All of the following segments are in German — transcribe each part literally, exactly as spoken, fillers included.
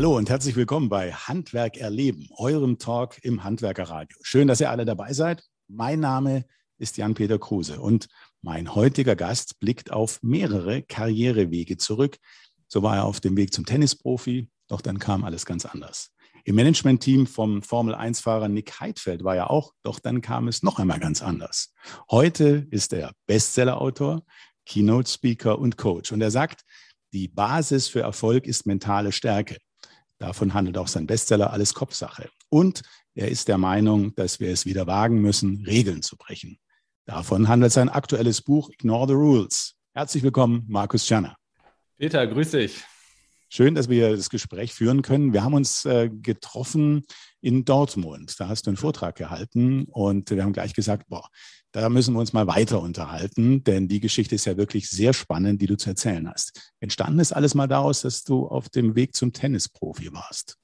Hallo und herzlich willkommen bei Handwerk erleben, eurem Talk im Handwerkerradio. Schön, dass ihr alle dabei seid. Mein Name ist Jan-Peter Kruse und mein heutiger Gast blickt auf mehrere Karrierewege zurück. So war er auf dem Weg zum Tennisprofi, doch dann kam alles ganz anders. Im Managementteam vom Formel eins Fahrer Nick Heidfeld war er auch, doch dann kam es noch einmal ganz anders. Heute ist er Bestsellerautor, Keynote-Speaker und Coach und er sagt, die Basis für Erfolg ist mentale Stärke. Davon handelt auch sein Bestseller Alles Kopfsache. Und er ist der Meinung, dass wir es wieder wagen müssen, Regeln zu brechen. Davon handelt sein aktuelles Buch Ignore the Rules. Herzlich willkommen, Markus Czerner. Peter, grüß dich. Schön, dass wir das Gespräch führen können. Wir haben uns äh, getroffen in Dortmund. Da hast du einen Vortrag gehalten und wir haben gleich gesagt, boah, da müssen wir uns mal weiter unterhalten, denn die Geschichte ist ja wirklich sehr spannend, die du zu erzählen hast. Entstanden ist alles mal daraus, dass du auf dem Weg zum Tennisprofi warst.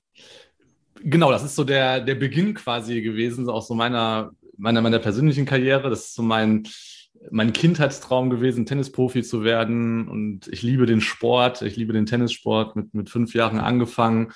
Genau, das ist so der, der Beginn quasi gewesen, auch so meiner, meiner, meiner persönlichen Karriere. Das ist so mein, mein Kindheitstraum gewesen, Tennisprofi zu werden. Und ich liebe den Sport, ich liebe den Tennissport, mit, mit fünf Jahren angefangen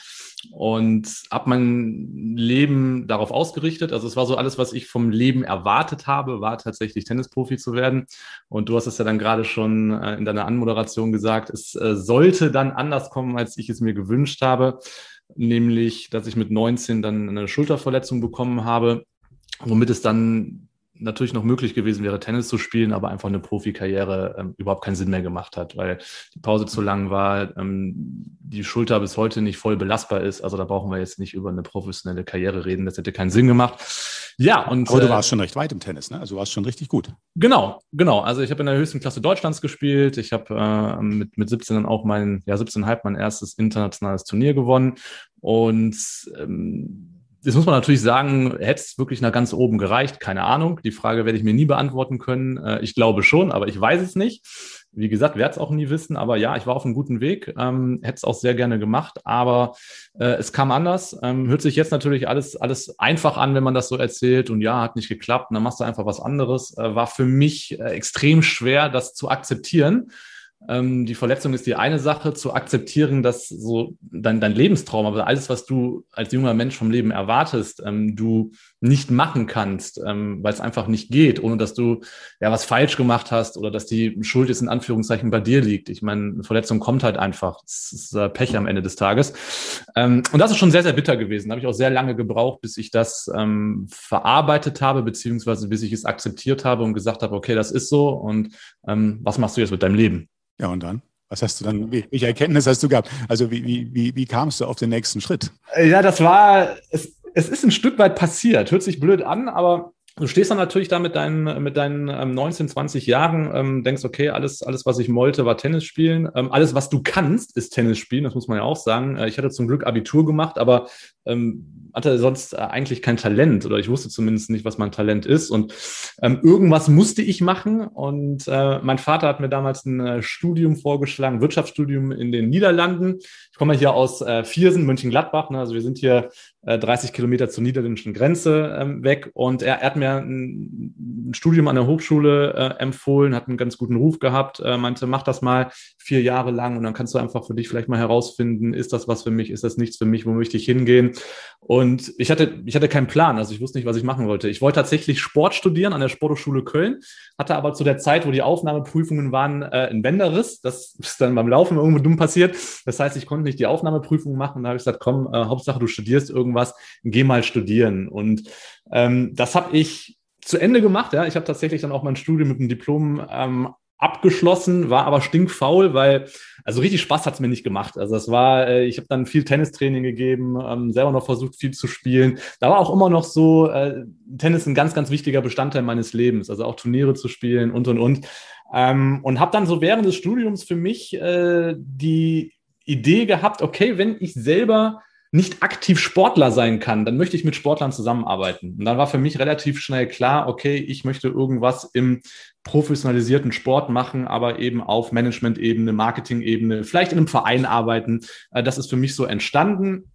und habe mein Leben darauf ausgerichtet. Also es war so alles, was ich vom Leben erwartet habe, war tatsächlich Tennisprofi zu werden. Und du hast es ja dann gerade schon äh, in deiner Anmoderation gesagt, es äh, sollte dann anders kommen, als ich es mir gewünscht habe. Nämlich, dass ich mit neunzehn dann eine Schulterverletzung bekommen habe, womit es dann natürlich noch möglich gewesen wäre, Tennis zu spielen, aber einfach eine Profikarriere ähm, überhaupt keinen Sinn mehr gemacht hat, weil die Pause zu lang war, ähm, die Schulter bis heute nicht voll belastbar ist. Also da brauchen wir jetzt nicht über eine professionelle Karriere reden. Das hätte keinen Sinn gemacht. Ja, und aber du warst äh, schon recht weit im Tennis, ne? Also du warst schon richtig gut. Genau, genau. Also ich habe in der höchsten Klasse Deutschlands gespielt. Ich habe äh, mit, mit siebzehn dann auch mein, ja siebzehn Komma fünf mein erstes internationales Turnier gewonnen. Und ähm, jetzt muss man natürlich sagen, hätte es wirklich nach ganz oben gereicht? Keine Ahnung. Die Frage werde ich mir nie beantworten können. Äh, ich glaube schon, aber ich weiß es nicht. Wie gesagt, werde es auch nie wissen. Aber ja, ich war auf einem guten Weg. Ähm, hätte es auch sehr gerne gemacht. Aber äh, es kam anders. Ähm, hört sich jetzt natürlich alles, alles einfach an, wenn man das so erzählt. Und ja, hat nicht geklappt. Und dann machst du einfach was anderes. Äh, war für mich äh, extrem schwer, das zu akzeptieren. Ähm, die Verletzung ist die eine Sache, zu akzeptieren, dass so dein, dein Lebenstraum, aber alles, was du als junger Mensch vom Leben erwartest, ähm, du nicht machen kannst, ähm, weil es einfach nicht geht, ohne dass du ja was falsch gemacht hast oder dass die Schuld jetzt in Anführungszeichen bei dir liegt. Ich meine, eine Verletzung kommt halt einfach. Das ist äh, Pech am Ende des Tages. Ähm, und das ist schon sehr, sehr bitter gewesen. Da habe ich auch sehr lange gebraucht, bis ich das ähm, verarbeitet habe, beziehungsweise bis ich es akzeptiert habe und gesagt habe, okay, das ist so und ähm, was machst du jetzt mit deinem Leben? Ja, und dann? Was hast du dann, welche Erkenntnis hast du gehabt? Also wie, wie, wie, wie kamst du auf den nächsten Schritt? Ja, das war, es, es ist ein Stück weit passiert. Hört sich blöd an, aber du stehst dann natürlich da mit deinen, mit deinen ähm, neunzehn, zwanzig Jahren, ähm, denkst, okay, alles, alles, was ich wollte, war Tennis spielen. Ähm, alles, was du kannst, ist Tennis spielen, das muss man ja auch sagen. Äh, ich hatte zum Glück Abitur gemacht, aber ähm, hatte sonst äh, eigentlich kein Talent oder ich wusste zumindest nicht, was mein Talent ist. Und ähm, irgendwas musste ich machen. Und äh, mein Vater hat mir damals ein äh, Studium vorgeschlagen, Wirtschaftsstudium in den Niederlanden. Ich komme hier aus äh, Viersen, Mönchengladbach. Ne? Also wir sind hier äh, dreißig Kilometer zur niederländischen Grenze ähm, weg. Und er, er hat mir ein, ein Studium an der Hochschule äh, empfohlen, hat einen ganz guten Ruf gehabt, äh, meinte, mach das mal vier Jahre lang und dann kannst du einfach für dich vielleicht mal herausfinden, ist das was für mich, ist das nichts für mich, wo möchte ich hingehen? Und ich hatte, ich hatte keinen Plan, also ich wusste nicht, was ich machen wollte. Ich wollte tatsächlich Sport studieren an der Sporthochschule Köln, hatte aber zu der Zeit, wo die Aufnahmeprüfungen waren, äh, einen Bänderriss. Das ist dann beim Laufen irgendwo dumm passiert. Das heißt, ich konnte nicht die Aufnahmeprüfung machen. Da habe ich gesagt, komm, äh, Hauptsache du studierst irgendwas, geh mal studieren. Und ähm, das habe ich zu Ende gemacht. Ja, ich habe tatsächlich dann auch mein Studium mit einem Diplom ähm, abgeschlossen, war aber stinkfaul, weil, also richtig Spaß hat es mir nicht gemacht. Also es war, äh, ich habe dann viel Tennistraining gegeben, ähm, selber noch versucht, viel zu spielen. Da war auch immer noch so äh, Tennis ein ganz, ganz wichtiger Bestandteil meines Lebens, also auch Turniere zu spielen und, und, und. Ähm, und habe dann so während des Studiums für mich äh, die Idee gehabt, okay, wenn ich selber nicht aktiv Sportler sein kann, dann möchte ich mit Sportlern zusammenarbeiten. Und dann war für mich relativ schnell klar, okay, ich möchte irgendwas im professionalisierten Sport machen, aber eben auf Management-Ebene, Marketing-Ebene, vielleicht in einem Verein arbeiten. Das ist für mich so entstanden.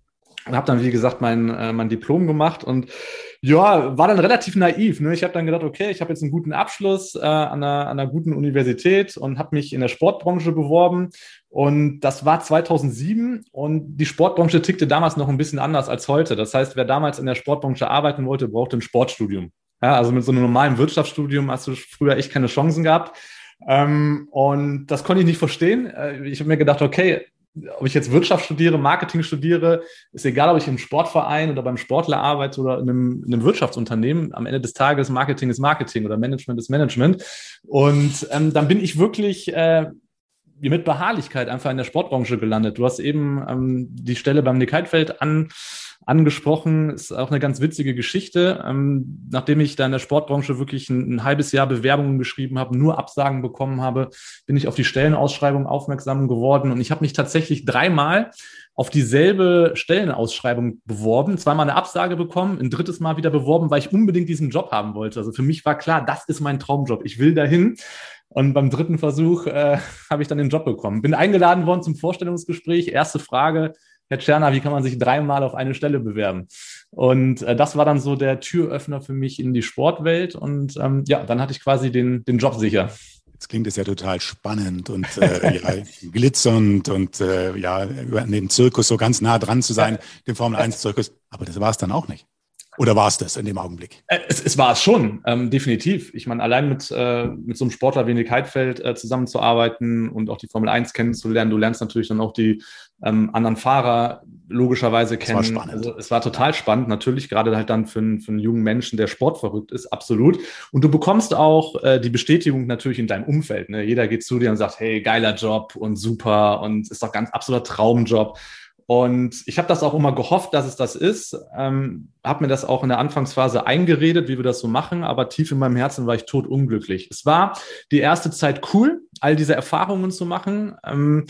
und habe dann, wie gesagt, mein, äh, mein Diplom gemacht und ja, war dann relativ naiv. Ne? Ich habe dann gedacht, okay, ich habe jetzt einen guten Abschluss äh, an, einer, an einer guten Universität und habe mich in der Sportbranche beworben. Und das war zweitausendsieben und die Sportbranche tickte damals noch ein bisschen anders als heute. Das heißt, wer damals in der Sportbranche arbeiten wollte, brauchte ein Sportstudium. Ja, also mit so einem normalen Wirtschaftsstudium hast du früher echt keine Chancen gehabt. Ähm, und das konnte ich nicht verstehen. Ich habe mir gedacht, okay, ob ich jetzt Wirtschaft studiere, Marketing studiere, ist egal, ob ich im Sportverein oder beim Sportler arbeite oder in einem, in einem Wirtschaftsunternehmen. Am Ende des Tages Marketing ist Marketing oder Management ist Management. Und ähm, dann bin ich wirklich äh, mit Beharrlichkeit einfach in der Sportbranche gelandet. Du hast eben ähm, die Stelle beim Nick Heidfeld an angesprochen, ist auch eine ganz witzige Geschichte. Ähm, nachdem ich da in der Sportbranche wirklich ein, ein halbes Jahr Bewerbungen geschrieben habe, nur Absagen bekommen habe, bin ich auf die Stellenausschreibung aufmerksam geworden und ich habe mich tatsächlich dreimal auf dieselbe Stellenausschreibung beworben, zweimal eine Absage bekommen, ein drittes Mal wieder beworben, weil ich unbedingt diesen Job haben wollte. Also für mich war klar, das ist mein Traumjob, ich will dahin. Und beim dritten Versuch äh, habe ich dann den Job bekommen. Bin eingeladen worden zum Vorstellungsgespräch. Erste Frage, Herr Tscherner, wie kann man sich dreimal auf eine Stelle bewerben? Und äh, das war dann so der Türöffner für mich in die Sportwelt. Und ähm, ja, dann hatte ich quasi den, den Job sicher. Jetzt klingt es ja total spannend und äh, ja, glitzernd und äh, ja, über den Zirkus so ganz nah dran zu sein, dem Formel eins Zirkus. Aber das war es dann auch nicht. Oder war es das in dem Augenblick? Es, es war es schon, ähm, definitiv. Ich meine, allein mit, äh, mit so einem Sportler wie Nick Heidfeld äh, zusammenzuarbeiten und auch die Formel eins kennenzulernen. Du lernst natürlich dann auch die ähm, anderen Fahrer logischerweise kennen. Es war spannend. Also, es war total spannend, natürlich, gerade halt dann für, einen- für einen jungen Menschen, der sportverrückt ist, absolut. Und du bekommst auch äh, die Bestätigung natürlich in deinem Umfeld. Ne? Jeder geht zu dir und sagt, hey, geiler Job und super und ist doch ganz absoluter Traumjob. Und ich habe das auch immer gehofft, dass es das ist. Ähm, habe mir das auch in der Anfangsphase eingeredet, wie wir das so machen, aber tief in meinem Herzen war ich totunglücklich. Es war die erste Zeit cool, all diese Erfahrungen zu machen, ähm,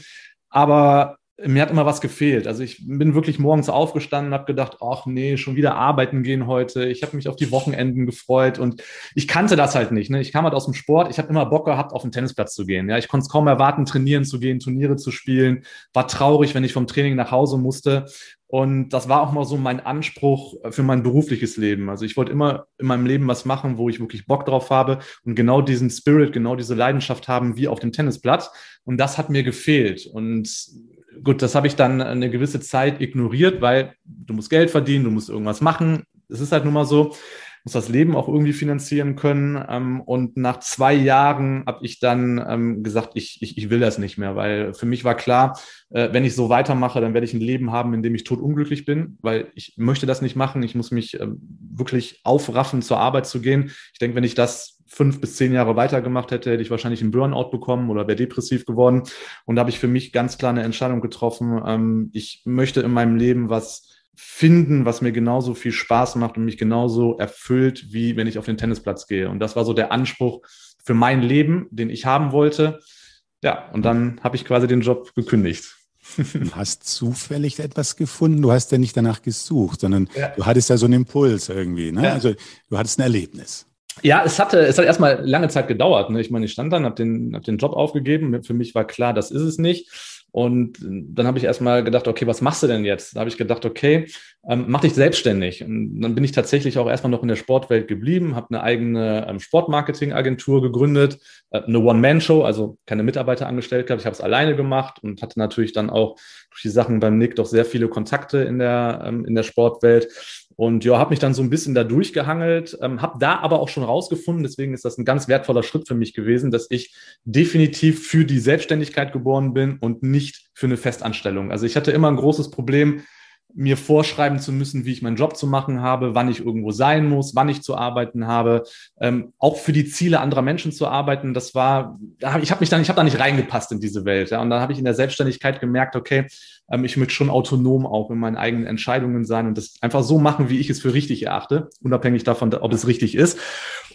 aber mir hat immer was gefehlt. Also ich bin wirklich morgens aufgestanden und habe gedacht, ach nee, schon wieder arbeiten gehen heute. Ich habe mich auf die Wochenenden gefreut und ich kannte das halt nicht. Ne? Ich kam halt aus dem Sport. Ich habe immer Bock gehabt, auf den Tennisplatz zu gehen. Ja, ich konnte es kaum erwarten, trainieren zu gehen, Turniere zu spielen. War traurig, wenn ich vom Training nach Hause musste. Und das war auch mal so mein Anspruch für mein berufliches Leben. Also ich wollte immer in meinem Leben was machen, wo ich wirklich Bock drauf habe und genau diesen Spirit, genau diese Leidenschaft haben wie auf dem Tennisplatz. Und das hat mir gefehlt. Und gut, das habe ich dann eine gewisse Zeit ignoriert, weil du musst Geld verdienen, du musst irgendwas machen. Es ist halt nun mal so, muss das Leben auch irgendwie finanzieren können. Und nach zwei Jahren habe ich dann gesagt, ich, ich, ich will das nicht mehr, weil für mich war klar, wenn ich so weitermache, dann werde ich ein Leben haben, in dem ich totunglücklich bin, weil ich möchte das nicht machen. Ich muss mich wirklich aufraffen, zur Arbeit zu gehen. Ich denke, wenn ich das fünf bis zehn Jahre weitergemacht hätte, hätte ich wahrscheinlich einen Burnout bekommen oder wäre depressiv geworden. Und da habe ich für mich ganz klar eine Entscheidung getroffen. Ich möchte in meinem Leben was finden, was mir genauso viel Spaß macht und mich genauso erfüllt, wie wenn ich auf den Tennisplatz gehe. Und das war so der Anspruch für mein Leben, den ich haben wollte. Ja, und dann habe ich quasi den Job gekündigt. Du hast zufällig etwas gefunden, du hast ja nicht danach gesucht, sondern ja. du hattest ja so einen Impuls irgendwie, ne? Ja. Also du hattest ein Erlebnis. Ja, es hatte, es hat erstmal lange Zeit gedauert. Ne? Ich meine, ich stand dann, habe den, hab den Job aufgegeben. Für mich war klar, das ist es nicht. Und dann habe ich erstmal gedacht, okay, was machst du denn jetzt? Da habe ich gedacht, okay, ähm, mach dich selbstständig. Und dann bin ich tatsächlich auch erstmal noch in der Sportwelt geblieben, habe eine eigene ähm, Sportmarketing-Agentur gegründet, äh, eine One-Man-Show, also keine Mitarbeiter angestellt gehabt. Ich habe es alleine gemacht und hatte natürlich dann auch durch die Sachen beim Nick doch sehr viele Kontakte in der, ähm, in der Sportwelt. Und ja, habe mich dann so ein bisschen da durchgehangelt, ähm, habe da aber auch schon rausgefunden, deswegen ist das ein ganz wertvoller Schritt für mich gewesen, dass ich definitiv für die Selbstständigkeit geboren bin und nicht für eine Festanstellung. Also ich hatte immer ein großes Problem, mir vorschreiben zu müssen, wie ich meinen Job zu machen habe, wann ich irgendwo sein muss, wann ich zu arbeiten habe, ähm, auch für die Ziele anderer Menschen zu arbeiten. Das war, ich habe mich dann, ich habe da nicht reingepasst in diese Welt. Ja? Und dann habe ich in der Selbstständigkeit gemerkt, okay, ähm, ich möchte schon autonom auch in meinen eigenen Entscheidungen sein und das einfach so machen, wie ich es für richtig erachte, unabhängig davon, ob es richtig ist.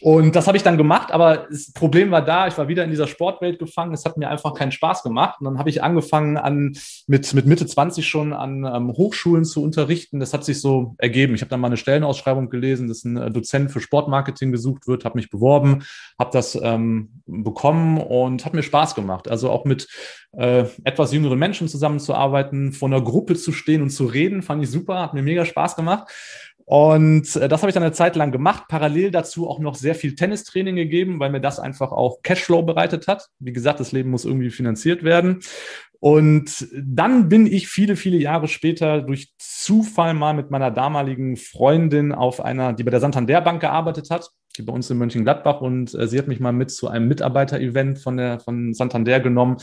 Und das habe ich dann gemacht, aber das Problem war da, ich war wieder in dieser Sportwelt gefangen, es hat mir einfach keinen Spaß gemacht. Und dann habe ich angefangen, an, mit, mit Mitte zwanzig schon an ähm, Hochschulen zu unterrichten. Das hat sich so ergeben. Ich habe dann mal eine Stellenausschreibung gelesen, dass ein äh, Dozent für Sportmarketing gesucht wird, habe mich beworben, habe das ähm, bekommen und hat mir Spaß gemacht. Also auch mit äh, etwas jüngeren Menschen zusammenzuarbeiten, vor einer Gruppe zu stehen und zu reden, fand ich super, hat mir mega Spaß gemacht. Und das habe ich dann eine Zeit lang gemacht, parallel dazu auch noch sehr viel Tennistraining gegeben, weil mir das einfach auch Cashflow bereitet hat. Wie gesagt, das Leben muss irgendwie finanziert werden. Und dann bin ich viele, viele Jahre später durch Zufall mal mit meiner damaligen Freundin auf einer, die bei der Santander Bank gearbeitet hat, die bei uns in Mönchengladbach, und äh, sie hat mich mal mit zu einem Mitarbeiter-Event von der von Santander genommen.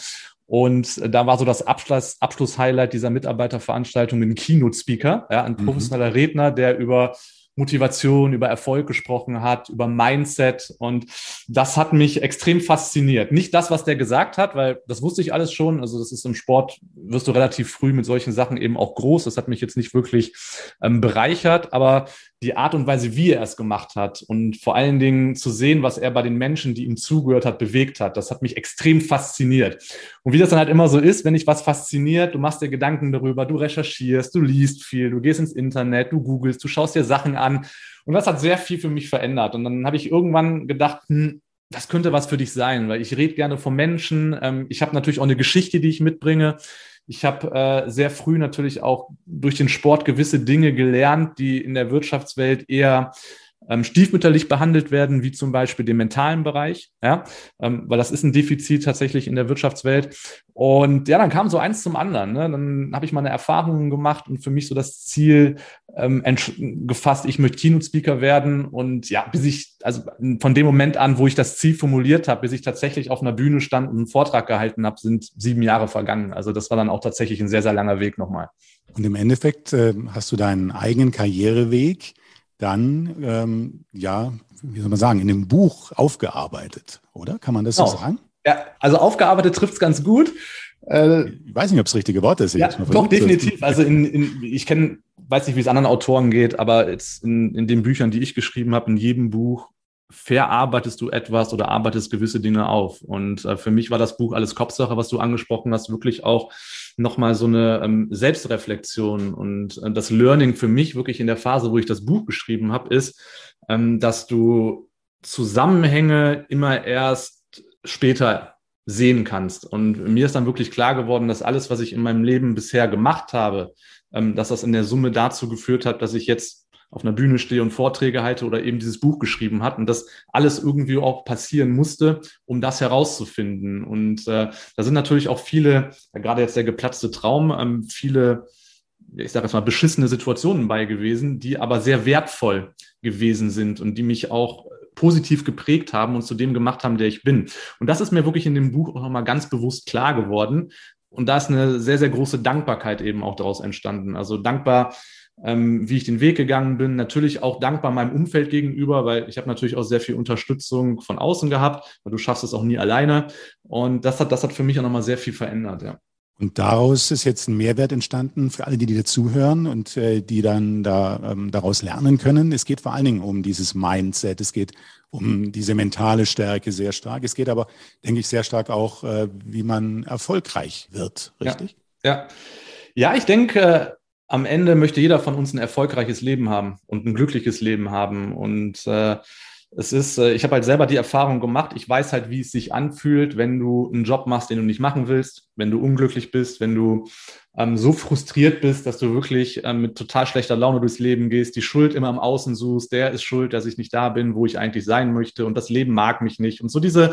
Und da war so das Abschluss, Abschluss-Highlight dieser Mitarbeiterveranstaltung ein Keynote-Speaker, ja, ein professioneller mhm. Redner, der über Motivation, über Erfolg gesprochen hat, über Mindset. Und das hat mich extrem fasziniert. Nicht das, was der gesagt hat, weil das wusste ich alles schon. Also das ist im Sport, wirst du relativ früh mit solchen Sachen eben auch groß. Das hat mich jetzt nicht wirklich ähm, bereichert, aber die Art und Weise, wie er es gemacht hat und vor allen Dingen zu sehen, was er bei den Menschen, die ihm zugehört hat, bewegt hat, das hat mich extrem fasziniert. Und wie das dann halt immer so ist, wenn dich was fasziniert, du machst dir Gedanken darüber, du recherchierst, du liest viel, du gehst ins Internet, du googelst, du schaust dir Sachen an. Und das hat sehr viel für mich verändert. Und dann habe ich irgendwann gedacht, hm, das könnte was für dich sein, weil ich rede gerne von Menschen. Ähm, ich habe natürlich auch eine Geschichte, die ich mitbringe. Ich habe äh, sehr früh natürlich auch durch den Sport gewisse Dinge gelernt, die in der Wirtschaftswelt eher ähm, stiefmütterlich behandelt werden, wie zum Beispiel den mentalen Bereich, ja, ähm, weil das ist ein Defizit tatsächlich in der Wirtschaftswelt. Und ja, dann kam so eins zum anderen. Ne? Dann habe ich meine Erfahrungen gemacht und für mich so das Ziel ähm, gefasst, ich möchte Keynote-Speaker werden. Und ja, bis ich, also von dem Moment an, wo ich das Ziel formuliert habe, bis ich tatsächlich auf einer Bühne stand und einen Vortrag gehalten habe, sind sieben Jahre vergangen. Also das war dann auch tatsächlich ein sehr, sehr langer Weg nochmal. Und im Endeffekt äh, hast du deinen eigenen Karriereweg dann, ähm, ja, wie soll man sagen, in dem Buch aufgearbeitet, oder? Kann man das genau so sagen? Ja, also aufgearbeitet trifft es ganz gut. Äh, ich weiß nicht, ob es das richtige Wort ist. Ja, doch, definitiv. Also in, in, ich kenne, weiß nicht, wie es anderen Autoren geht, aber jetzt in, in den Büchern, die ich geschrieben habe, in jedem Buch verarbeitest du etwas oder arbeitest gewisse Dinge auf. Und äh, für mich war das Buch Alles Kopfsache, was du angesprochen hast, wirklich auch nochmal so eine ähm, Selbstreflexion. Und äh, das Learning für mich wirklich in der Phase, wo ich das Buch geschrieben habe, ist, ähm, dass du Zusammenhänge immer erst später sehen kannst. Und mir ist dann wirklich klar geworden, dass alles, was ich in meinem Leben bisher gemacht habe, ähm, dass das in der Summe dazu geführt hat, dass ich jetzt auf einer Bühne stehe und Vorträge halte oder eben dieses Buch geschrieben hat und das alles irgendwie auch passieren musste, um das herauszufinden. Und äh, da sind natürlich auch viele, ja, gerade jetzt der geplatzte Traum, ähm, viele, ich sage jetzt mal, beschissene Situationen bei gewesen, die aber sehr wertvoll gewesen sind und die mich auch positiv geprägt haben und zu dem gemacht haben, der ich bin. Und das ist mir wirklich in dem Buch auch nochmal ganz bewusst klar geworden. Und da ist eine sehr, sehr große Dankbarkeit eben auch daraus entstanden. Also dankbar, ähm, wie ich den Weg gegangen bin. Natürlich auch dankbar meinem Umfeld gegenüber, weil ich habe natürlich auch sehr viel Unterstützung von außen gehabt, weil du schaffst es auch nie alleine. Und das hat, das hat für mich auch nochmal sehr viel verändert, ja. Und daraus ist jetzt ein Mehrwert entstanden für alle, die dir zuhören und äh, die dann da, ähm, daraus lernen können. Es geht vor allen Dingen um dieses Mindset, es geht um diese mentale Stärke sehr stark. Es geht aber, denke ich, sehr stark auch, äh, wie man erfolgreich wird, richtig? Ja, ja. Ja, ich denke, äh, am Ende möchte jeder von uns ein erfolgreiches Leben haben und ein glückliches Leben haben. Und äh, es ist, ich habe halt selber die Erfahrung gemacht, ich weiß halt, wie es sich anfühlt, wenn du einen Job machst, den du nicht machen willst, wenn du unglücklich bist, wenn du ähm, so frustriert bist, dass du wirklich ähm, mit total schlechter Laune durchs Leben gehst, die Schuld immer im Außen suchst, der ist schuld, dass ich nicht da bin, wo ich eigentlich sein möchte und das Leben mag mich nicht. Und so diese,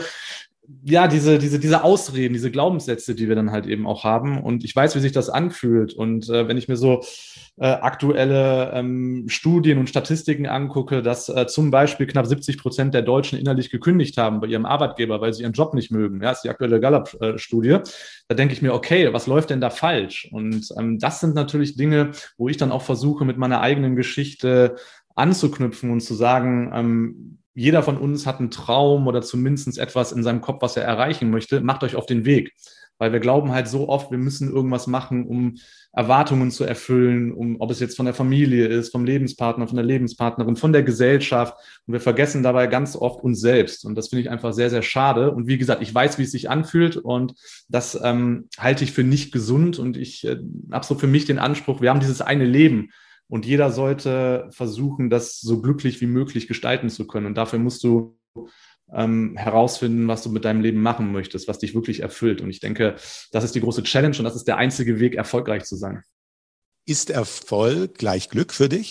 ja, diese, diese, diese Ausreden, diese Glaubenssätze, die wir dann halt eben auch haben. Und ich weiß, wie sich das anfühlt. Und äh, wenn ich mir so äh, aktuelle ähm, Studien und Statistiken angucke, dass äh, zum Beispiel knapp siebzig Prozent der Deutschen innerlich gekündigt haben bei ihrem Arbeitgeber, weil sie ihren Job nicht mögen. Ja, das ist die aktuelle Gallup-Studie. Da denke ich mir, okay, was läuft denn da falsch? Und ähm, das sind natürlich Dinge, wo ich dann auch versuche, mit meiner eigenen Geschichte anzuknüpfen und zu sagen, ähm, jeder von uns hat einen Traum oder zumindest etwas in seinem Kopf, was er erreichen möchte. Macht euch auf den Weg. Weil wir glauben halt so oft, wir müssen irgendwas machen, um Erwartungen zu erfüllen, um, ob es jetzt von der Familie ist, vom Lebenspartner, von der Lebenspartnerin, von der Gesellschaft. Und wir vergessen dabei ganz oft uns selbst. Und das finde ich einfach sehr, sehr schade. Und wie gesagt, ich weiß, wie es sich anfühlt. Und das ähm, halte ich für nicht gesund. Und ich äh, habe so für mich den Anspruch, wir haben dieses eine Leben. Und jeder sollte versuchen, das so glücklich wie möglich gestalten zu können. Und dafür musst du ähm, herausfinden, was du mit deinem Leben machen möchtest, was dich wirklich erfüllt. Und ich denke, das ist die große Challenge und das ist der einzige Weg, erfolgreich zu sein. Ist Erfolg gleich Glück für dich?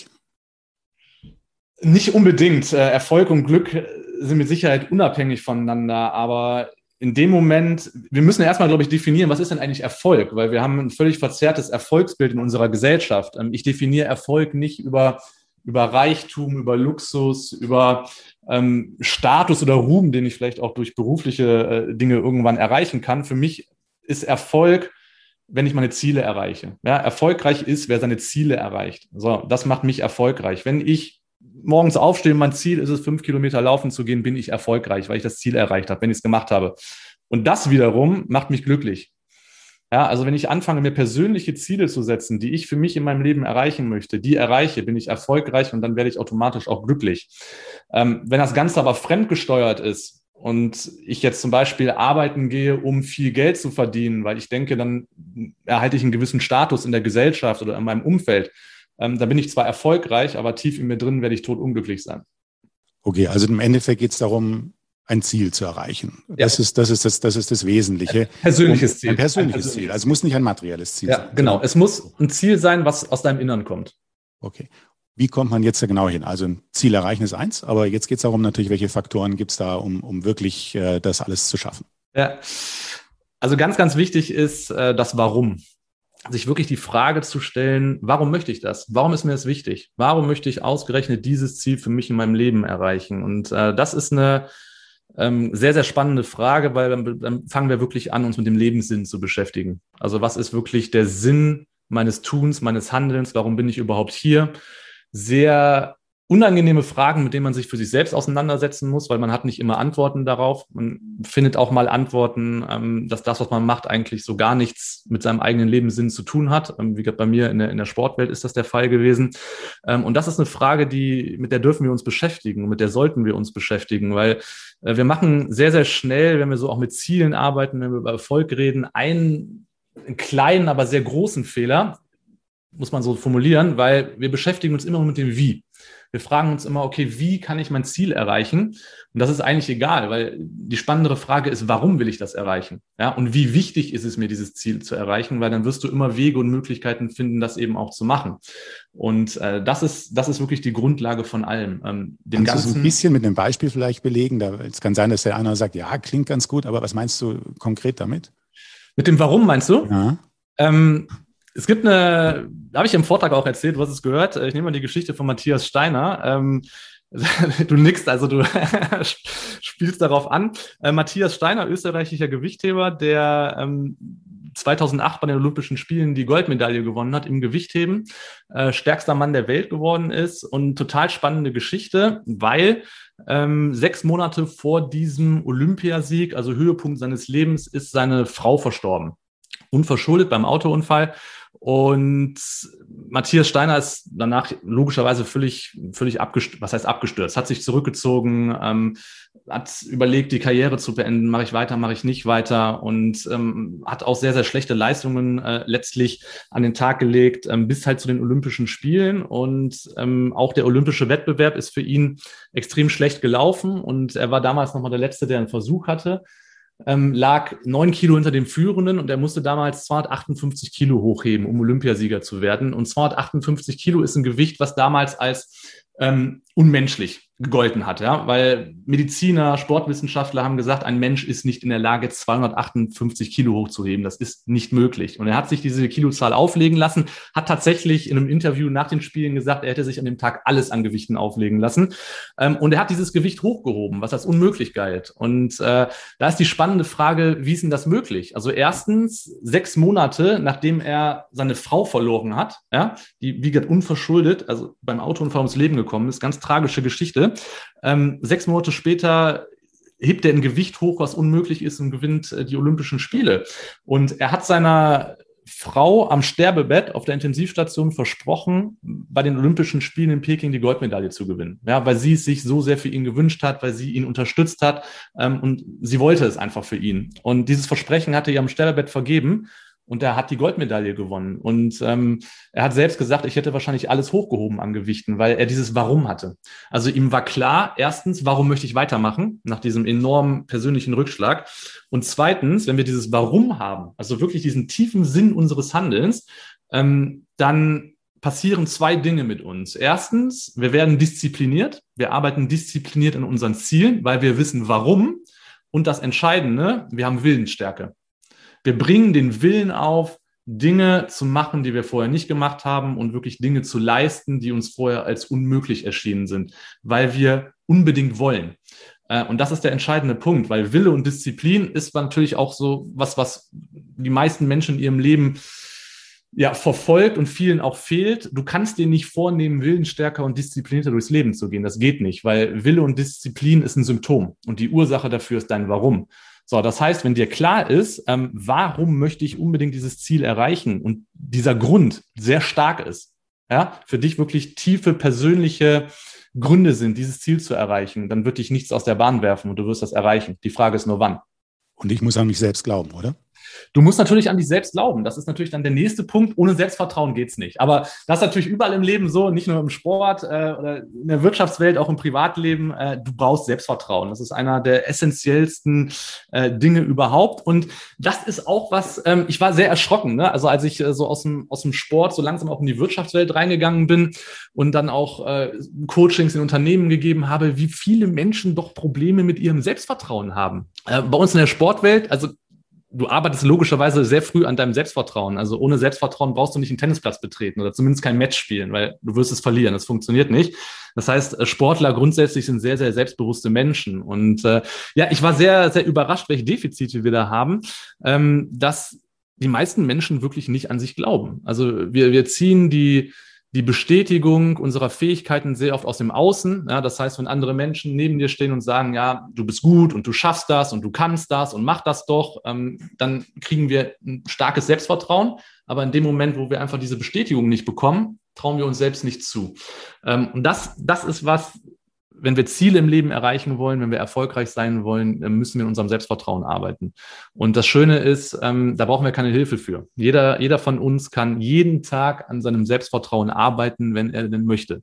Nicht unbedingt. Erfolg und Glück sind mit Sicherheit unabhängig voneinander, aber in dem Moment, wir müssen erstmal, glaube ich, definieren, was ist denn eigentlich Erfolg? Weil wir haben ein völlig verzerrtes Erfolgsbild in unserer Gesellschaft. Ich definiere Erfolg nicht über, über Reichtum, über Luxus, über ähm, Status oder Ruhm, den ich vielleicht auch durch berufliche äh, Dinge irgendwann erreichen kann. Für mich ist Erfolg, wenn ich meine Ziele erreiche. Ja, erfolgreich ist, wer seine Ziele erreicht. So, das macht mich erfolgreich. Wenn ich morgens aufstehe, mein Ziel ist es, fünf Kilometer laufen zu gehen, bin ich erfolgreich, weil ich das Ziel erreicht habe, wenn ich es gemacht habe. Und das wiederum macht mich glücklich. Ja, also wenn ich anfange, mir persönliche Ziele zu setzen, die ich für mich in meinem Leben erreichen möchte, die erreiche, bin ich erfolgreich und dann werde ich automatisch auch glücklich. Ähm, wenn das Ganze aber fremdgesteuert ist und ich jetzt zum Beispiel arbeiten gehe, um viel Geld zu verdienen, weil ich denke, dann erhalte ich einen gewissen Status in der Gesellschaft oder in meinem Umfeld, Ähm, da bin ich zwar erfolgreich, aber tief in mir drin werde ich totunglücklich sein. Okay, also im Endeffekt geht es darum, ein Ziel zu erreichen. Das, ja. ist, das, ist, das, das ist das Wesentliche. Ein persönliches Ziel. Ein persönliches, ein persönliches Ziel. Also es muss nicht ein materielles Ziel ja, sein. Genau, es muss ein Ziel sein, was aus deinem Innern kommt. Okay. Wie kommt man jetzt da genau hin? Also ein Ziel erreichen ist eins, aber jetzt geht es darum natürlich, welche Faktoren gibt es da, um, um wirklich äh, das alles zu schaffen? Ja, also ganz, ganz wichtig ist äh, das Warum. Sich wirklich die Frage zu stellen, warum möchte ich das? Warum ist mir das wichtig? Warum möchte ich ausgerechnet dieses Ziel für mich in meinem Leben erreichen? Und äh, das ist eine ähm, sehr, sehr spannende Frage, weil dann, dann fangen wir wirklich an, uns mit dem Lebenssinn zu beschäftigen. Also was ist wirklich der Sinn meines Tuns, meines Handelns? Warum bin ich überhaupt hier? Sehr unangenehme Fragen, mit denen man sich für sich selbst auseinandersetzen muss, weil man hat nicht immer Antworten darauf. Man findet auch mal Antworten, ähm, dass das, was man macht, eigentlich so gar nichts mit seinem eigenen Lebenssinn zu tun hat. Ähm, wie gesagt, bei mir in der, in der Sportwelt ist das der Fall gewesen. Ähm, und das ist eine Frage, die, mit der dürfen wir uns beschäftigen und mit der sollten wir uns beschäftigen, weil äh, wir machen sehr, sehr schnell, wenn wir so auch mit Zielen arbeiten, wenn wir über Erfolg reden, einen, einen kleinen, aber sehr großen Fehler, muss man so formulieren, weil wir beschäftigen uns immer mit dem Wie. Wir fragen uns immer, okay, wie kann ich mein Ziel erreichen? Und das ist eigentlich egal, weil die spannendere Frage ist, warum will ich das erreichen? Ja, und wie wichtig ist es mir, dieses Ziel zu erreichen? Weil dann wirst du immer Wege und Möglichkeiten finden, das eben auch zu machen. Und äh, das ist, das ist wirklich die Grundlage von allem. Ähm, den Kannst du es ein bisschen mit einem Beispiel vielleicht belegen? Da, es kann sein, dass der eine sagt, ja, klingt ganz gut, aber was meinst du konkret damit? Mit dem Warum meinst du? Ja. Ähm, Es gibt eine, da habe ich im Vortrag auch erzählt, du hast es gehört, ich nehme mal die Geschichte von Matthias Steiner. Ähm, du nickst, also du spielst darauf an. Äh, Matthias Steiner, österreichischer Gewichtheber, der ähm, zweitausendacht bei den Olympischen Spielen die Goldmedaille gewonnen hat im Gewichtheben, äh, stärkster Mann der Welt geworden ist und total spannende Geschichte, weil ähm, sechs Monate vor diesem Olympiasieg, also Höhepunkt seines Lebens, ist seine Frau verstorben. Unverschuldet beim Autounfall. Und Matthias Steiner ist danach logischerweise völlig, völlig abgestürzt, was heißt abgestürzt, hat sich zurückgezogen, ähm, hat überlegt, die Karriere zu beenden, mache ich weiter, mache ich nicht weiter und ähm, hat auch sehr, sehr schlechte Leistungen äh, letztlich an den Tag gelegt, ähm, bis halt zu den Olympischen Spielen und ähm, auch der olympische Wettbewerb ist für ihn extrem schlecht gelaufen und er war damals nochmal der Letzte, der einen Versuch hatte. Ähm, lag neun Kilo hinter dem Führenden und er musste damals zweihundertachtundfünfzig Kilo hochheben, um Olympiasieger zu werden. Und zweihundertachtundfünfzig Kilo ist ein Gewicht, was damals als ähm, unmenschlich gegolten hat, ja, weil Mediziner, Sportwissenschaftler haben gesagt, ein Mensch ist nicht in der Lage, zweihundertachtundfünfzig Kilo hochzuheben. Das ist nicht möglich. Und er hat sich diese Kilozahl auflegen lassen, hat tatsächlich in einem Interview nach den Spielen gesagt, er hätte sich an dem Tag alles an Gewichten auflegen lassen. Ähm, und er hat dieses Gewicht hochgehoben, was als unmöglich galt. Und äh, da ist die spannende Frage, wie ist denn das möglich? Also erstens, sechs Monate, nachdem er seine Frau verloren hat, ja, die, wie gesagt, unverschuldet, also beim Autounfall ums Leben gekommen ist, ganz tragische Geschichte. Ähm, sechs Monate später hebt er ein Gewicht hoch, was unmöglich ist und gewinnt äh, die Olympischen Spiele. Und er hat seiner Frau am Sterbebett auf der Intensivstation versprochen, bei den Olympischen Spielen in Peking die Goldmedaille zu gewinnen. Ja, weil sie es sich so sehr für ihn gewünscht hat, weil sie ihn unterstützt hat ähm, und sie wollte es einfach für ihn. Und dieses Versprechen hatte er am Sterbebett vergeben. Und er hat die Goldmedaille gewonnen. Und ähm, er hat selbst gesagt, ich hätte wahrscheinlich alles hochgehoben an Gewichten, weil er dieses Warum hatte. Also ihm war klar, erstens, warum möchte ich weitermachen nach diesem enormen persönlichen Rückschlag? Und zweitens, wenn wir dieses Warum haben, also wirklich diesen tiefen Sinn unseres Handelns, ähm, dann passieren zwei Dinge mit uns. Erstens, wir werden diszipliniert. Wir arbeiten diszipliniert an unseren Zielen, weil wir wissen, warum. Und das Entscheidende, wir haben Willensstärke. Wir bringen den Willen auf, Dinge zu machen, die wir vorher nicht gemacht haben und wirklich Dinge zu leisten, die uns vorher als unmöglich erschienen sind, weil wir unbedingt wollen. Und das ist der entscheidende Punkt, weil Wille und Disziplin ist natürlich auch so was, was die meisten Menschen in ihrem Leben ja, verfolgt und vielen auch fehlt. Du kannst dir nicht vornehmen, willensstärker und disziplinierter durchs Leben zu gehen. Das geht nicht, weil Wille und Disziplin ist ein Symptom und die Ursache dafür ist dein Warum. So, das heißt, wenn dir klar ist, ähm, warum möchte ich unbedingt dieses Ziel erreichen und dieser Grund sehr stark ist, ja, für dich wirklich tiefe persönliche Gründe sind, dieses Ziel zu erreichen, dann wird dich nichts aus der Bahn werfen und du wirst das erreichen. Die Frage ist nur, wann. Und ich muss an mich selbst glauben, oder? Du musst natürlich an dich selbst glauben. Das ist natürlich dann der nächste Punkt. Ohne Selbstvertrauen geht's nicht. Aber das ist natürlich überall im Leben so, nicht nur im Sport äh, oder in der Wirtschaftswelt, auch im Privatleben. Äh, du brauchst Selbstvertrauen. Das ist einer der essentiellsten äh, Dinge überhaupt. Und das ist auch was, ähm, ich war sehr erschrocken, ne? Also als ich äh, so aus dem, aus dem Sport so langsam auch in die Wirtschaftswelt reingegangen bin und dann auch äh, Coachings in Unternehmen gegeben habe, wie viele Menschen doch Probleme mit ihrem Selbstvertrauen haben. Äh, bei uns in der Sportwelt, also du arbeitest logischerweise sehr früh an deinem Selbstvertrauen. Also ohne Selbstvertrauen brauchst du nicht einen Tennisplatz betreten oder zumindest kein Match spielen, weil du wirst es verlieren. Das funktioniert nicht. Das heißt, Sportler grundsätzlich sind sehr, sehr selbstbewusste Menschen. Und äh, ja, ich war sehr, sehr überrascht, welche Defizite wir da haben, ähm, dass die meisten Menschen wirklich nicht an sich glauben. Also wir, wir ziehen die die Bestätigung unserer Fähigkeiten sehr oft aus dem Außen. Ja, das heißt, wenn andere Menschen neben dir stehen und sagen, ja, du bist gut und du schaffst das und du kannst das und mach das doch, ähm, dann kriegen wir ein starkes Selbstvertrauen. Aber in dem Moment, wo wir einfach diese Bestätigung nicht bekommen, trauen wir uns selbst nicht zu. Ähm, und das, das ist was, wenn wir Ziele im Leben erreichen wollen, wenn wir erfolgreich sein wollen, müssen wir in unserem Selbstvertrauen arbeiten. Und das Schöne ist, ähm, da brauchen wir keine Hilfe für. Jeder, jeder von uns kann jeden Tag an seinem Selbstvertrauen arbeiten, wenn er denn möchte.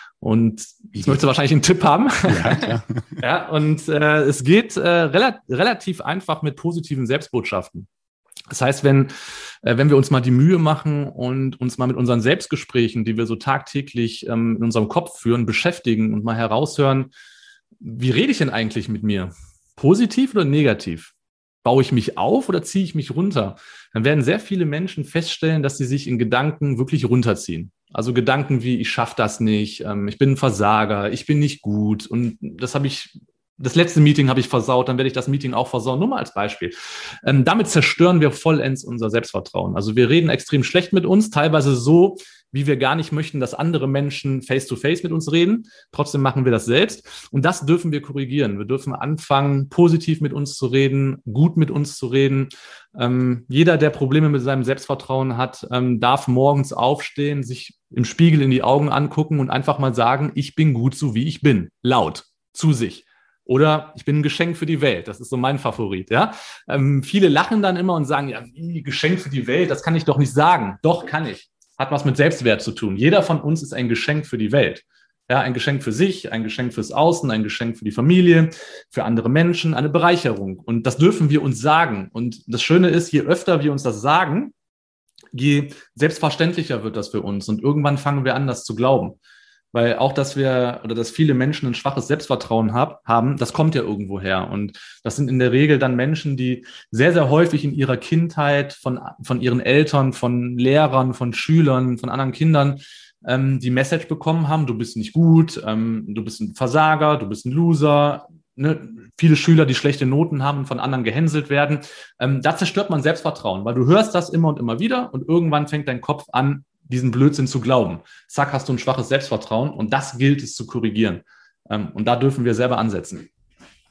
Und ich möchte wahrscheinlich einen Tipp haben. Ja, klar. Ja, und äh, es geht äh, rela- relativ einfach mit positiven Selbstbotschaften. Das heißt, wenn, äh, wenn wir uns mal die Mühe machen und uns mal mit unseren Selbstgesprächen, die wir so tagtäglich ähm, in unserem Kopf führen, beschäftigen und mal heraushören, wie rede ich denn eigentlich mit mir? Positiv oder negativ? Baue ich mich auf oder ziehe ich mich runter? Dann werden sehr viele Menschen feststellen, dass sie sich in Gedanken wirklich runterziehen. Also Gedanken wie, ich schaffe das nicht, ähm, ich bin ein Versager, ich bin nicht gut. Und das habe ich... Das letzte Meeting habe ich versaut, dann werde ich das Meeting auch versauen. Nur mal als Beispiel. Ähm, damit zerstören wir vollends unser Selbstvertrauen. Also wir reden extrem schlecht mit uns, teilweise so, wie wir gar nicht möchten, dass andere Menschen face-to-face mit uns reden. Trotzdem machen wir das selbst. Und das dürfen wir korrigieren. Wir dürfen anfangen, positiv mit uns zu reden, gut mit uns zu reden. Ähm, jeder, der Probleme mit seinem Selbstvertrauen hat, ähm, darf morgens aufstehen, sich im Spiegel in die Augen angucken und einfach mal sagen, ich bin gut so, wie ich bin. Laut, zu sich. Oder ich bin ein Geschenk für die Welt. Das ist so mein Favorit. Ja? Ähm, viele lachen dann immer und sagen, ja, wie Geschenk für die Welt, das kann ich doch nicht sagen. Doch, kann ich. Hat was mit Selbstwert zu tun. Jeder von uns ist ein Geschenk für die Welt. Ja, ein Geschenk für sich, ein Geschenk fürs Außen, ein Geschenk für die Familie, für andere Menschen, eine Bereicherung. Und das dürfen wir uns sagen. Und das Schöne ist, je öfter wir uns das sagen, je selbstverständlicher wird das für uns. Und irgendwann fangen wir an, das zu glauben. Weil auch, dass wir oder dass viele Menschen ein schwaches Selbstvertrauen hab, haben, das kommt ja irgendwo her. Und das sind in der Regel dann Menschen, die sehr, sehr häufig in ihrer Kindheit von, von ihren Eltern, von Lehrern, von Schülern, von anderen Kindern ähm, die Message bekommen haben, du bist nicht gut, ähm, du bist ein Versager, du bist ein Loser. Ne? Viele Schüler, die schlechte Noten haben und von anderen gehänselt werden. Ähm, da zerstört man Selbstvertrauen, weil du hörst das immer und immer wieder und irgendwann fängt dein Kopf an, diesen Blödsinn zu glauben. Zack, hast du ein schwaches Selbstvertrauen und das gilt es zu korrigieren. Und da dürfen wir selber ansetzen.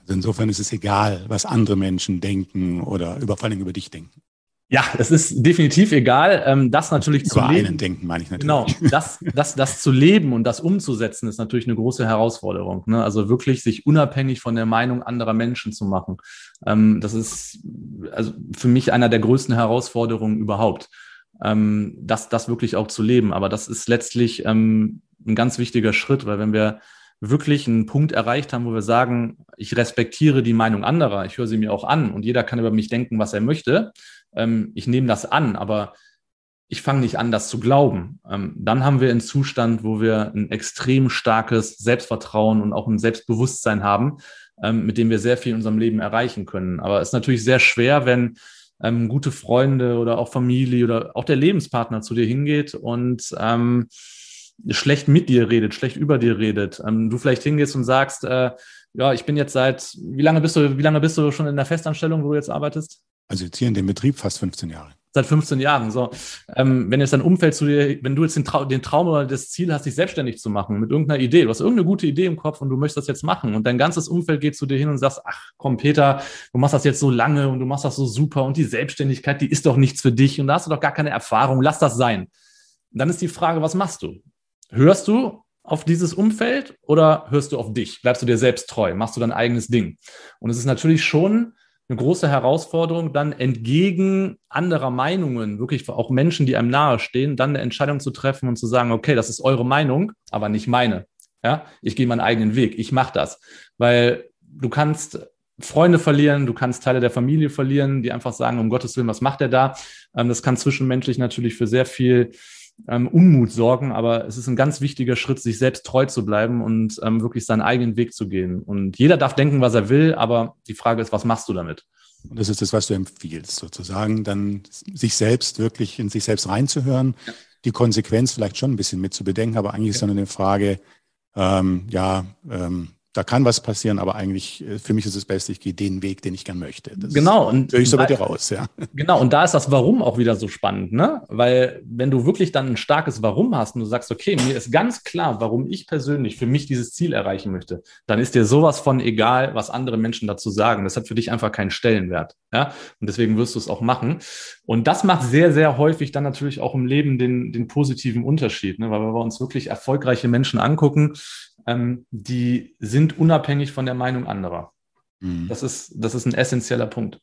Also insofern ist es egal, was andere Menschen denken oder über, vor allem über dich denken. Ja, es ist definitiv egal, ähm, das natürlich zu Über leben. einen denken, meine ich natürlich. Genau, das, das, das zu leben und das umzusetzen, ist natürlich eine große Herausforderung. Ne? Also wirklich sich unabhängig von der Meinung anderer Menschen zu machen. Ähm, das ist also für mich einer der größten Herausforderungen überhaupt, ähm, das, das wirklich auch zu leben. Aber das ist letztlich ähm, ein ganz wichtiger Schritt, weil wenn wir wirklich einen Punkt erreicht haben, wo wir sagen, ich respektiere die Meinung anderer, ich höre sie mir auch an und jeder kann über mich denken, was er möchte, ähm, ich nehme das an, aber ich fange nicht an, das zu glauben. Ähm, dann haben wir einen Zustand, wo wir ein extrem starkes Selbstvertrauen und auch ein Selbstbewusstsein haben, ähm, mit dem wir sehr viel in unserem Leben erreichen können. Aber es ist natürlich sehr schwer, wenn ähm, gute Freunde oder auch Familie oder auch der Lebenspartner zu dir hingeht und ähm, schlecht mit dir redet, schlecht über dir redet. Ähm, du vielleicht hingehst und sagst, äh, ja, ich bin jetzt seit, wie lange bist du, wie lange bist du schon in der Festanstellung, wo du jetzt arbeitest? Also jetzt hier in dem Betrieb fast fünfzehn Jahre. Seit fünfzehn Jahren. So, ähm, wenn jetzt dein Umfeld zu dir, wenn du jetzt den, Trau- den Traum oder das Ziel hast, dich selbstständig zu machen mit irgendeiner Idee, du hast irgendeine gute Idee im Kopf und du möchtest das jetzt machen und dein ganzes Umfeld geht zu dir hin und sagst, ach komm Peter, du machst das jetzt so lange und du machst das so super und die Selbstständigkeit, die ist doch nichts für dich und da hast du doch gar keine Erfahrung, lass das sein. Und dann ist die Frage, was machst du? Hörst du auf dieses Umfeld oder hörst du auf dich? Bleibst du dir selbst treu? Machst du dein eigenes Ding? Und es ist natürlich schon eine große Herausforderung, dann entgegen anderer Meinungen, wirklich auch Menschen, die einem nahestehen, dann eine Entscheidung zu treffen und zu sagen, okay, das ist eure Meinung, aber nicht meine. Ja, ich gehe meinen eigenen Weg, ich mache das. Weil du kannst Freunde verlieren, du kannst Teile der Familie verlieren, die einfach sagen, um Gottes Willen, was macht der da? Das kann zwischenmenschlich natürlich für sehr viel Ähm, Unmut sorgen, aber es ist ein ganz wichtiger Schritt, sich selbst treu zu bleiben und ähm, wirklich seinen eigenen Weg zu gehen. Und jeder darf denken, was er will, aber die Frage ist, was machst du damit? Und das ist das, was du empfiehlst, sozusagen, dann sich selbst wirklich in sich selbst reinzuhören, ja. Die Konsequenz vielleicht schon ein bisschen mit zu bedenken, aber eigentlich ja. Ist dann eine Frage, ähm, ja, ähm, da kann was passieren, aber eigentlich, für mich ist es best, ich gehe den Weg, den ich gern möchte. Das genau. Und höre ich so bei dir raus, ja. Genau. Und da ist das Warum auch wieder so spannend, ne? Weil wenn du wirklich dann ein starkes Warum hast und du sagst, okay, mir ist ganz klar, warum ich persönlich für mich dieses Ziel erreichen möchte, dann ist dir sowas von egal, was andere Menschen dazu sagen. Das hat für dich einfach keinen Stellenwert, ja? Und deswegen wirst du es auch machen. Und das macht sehr, sehr häufig dann natürlich auch im Leben den, den positiven Unterschied, ne? Weil wenn wir uns wirklich erfolgreiche Menschen angucken, Ähm, die sind unabhängig von der Meinung anderer. Mhm. Das ist, das ist ein essentieller Punkt.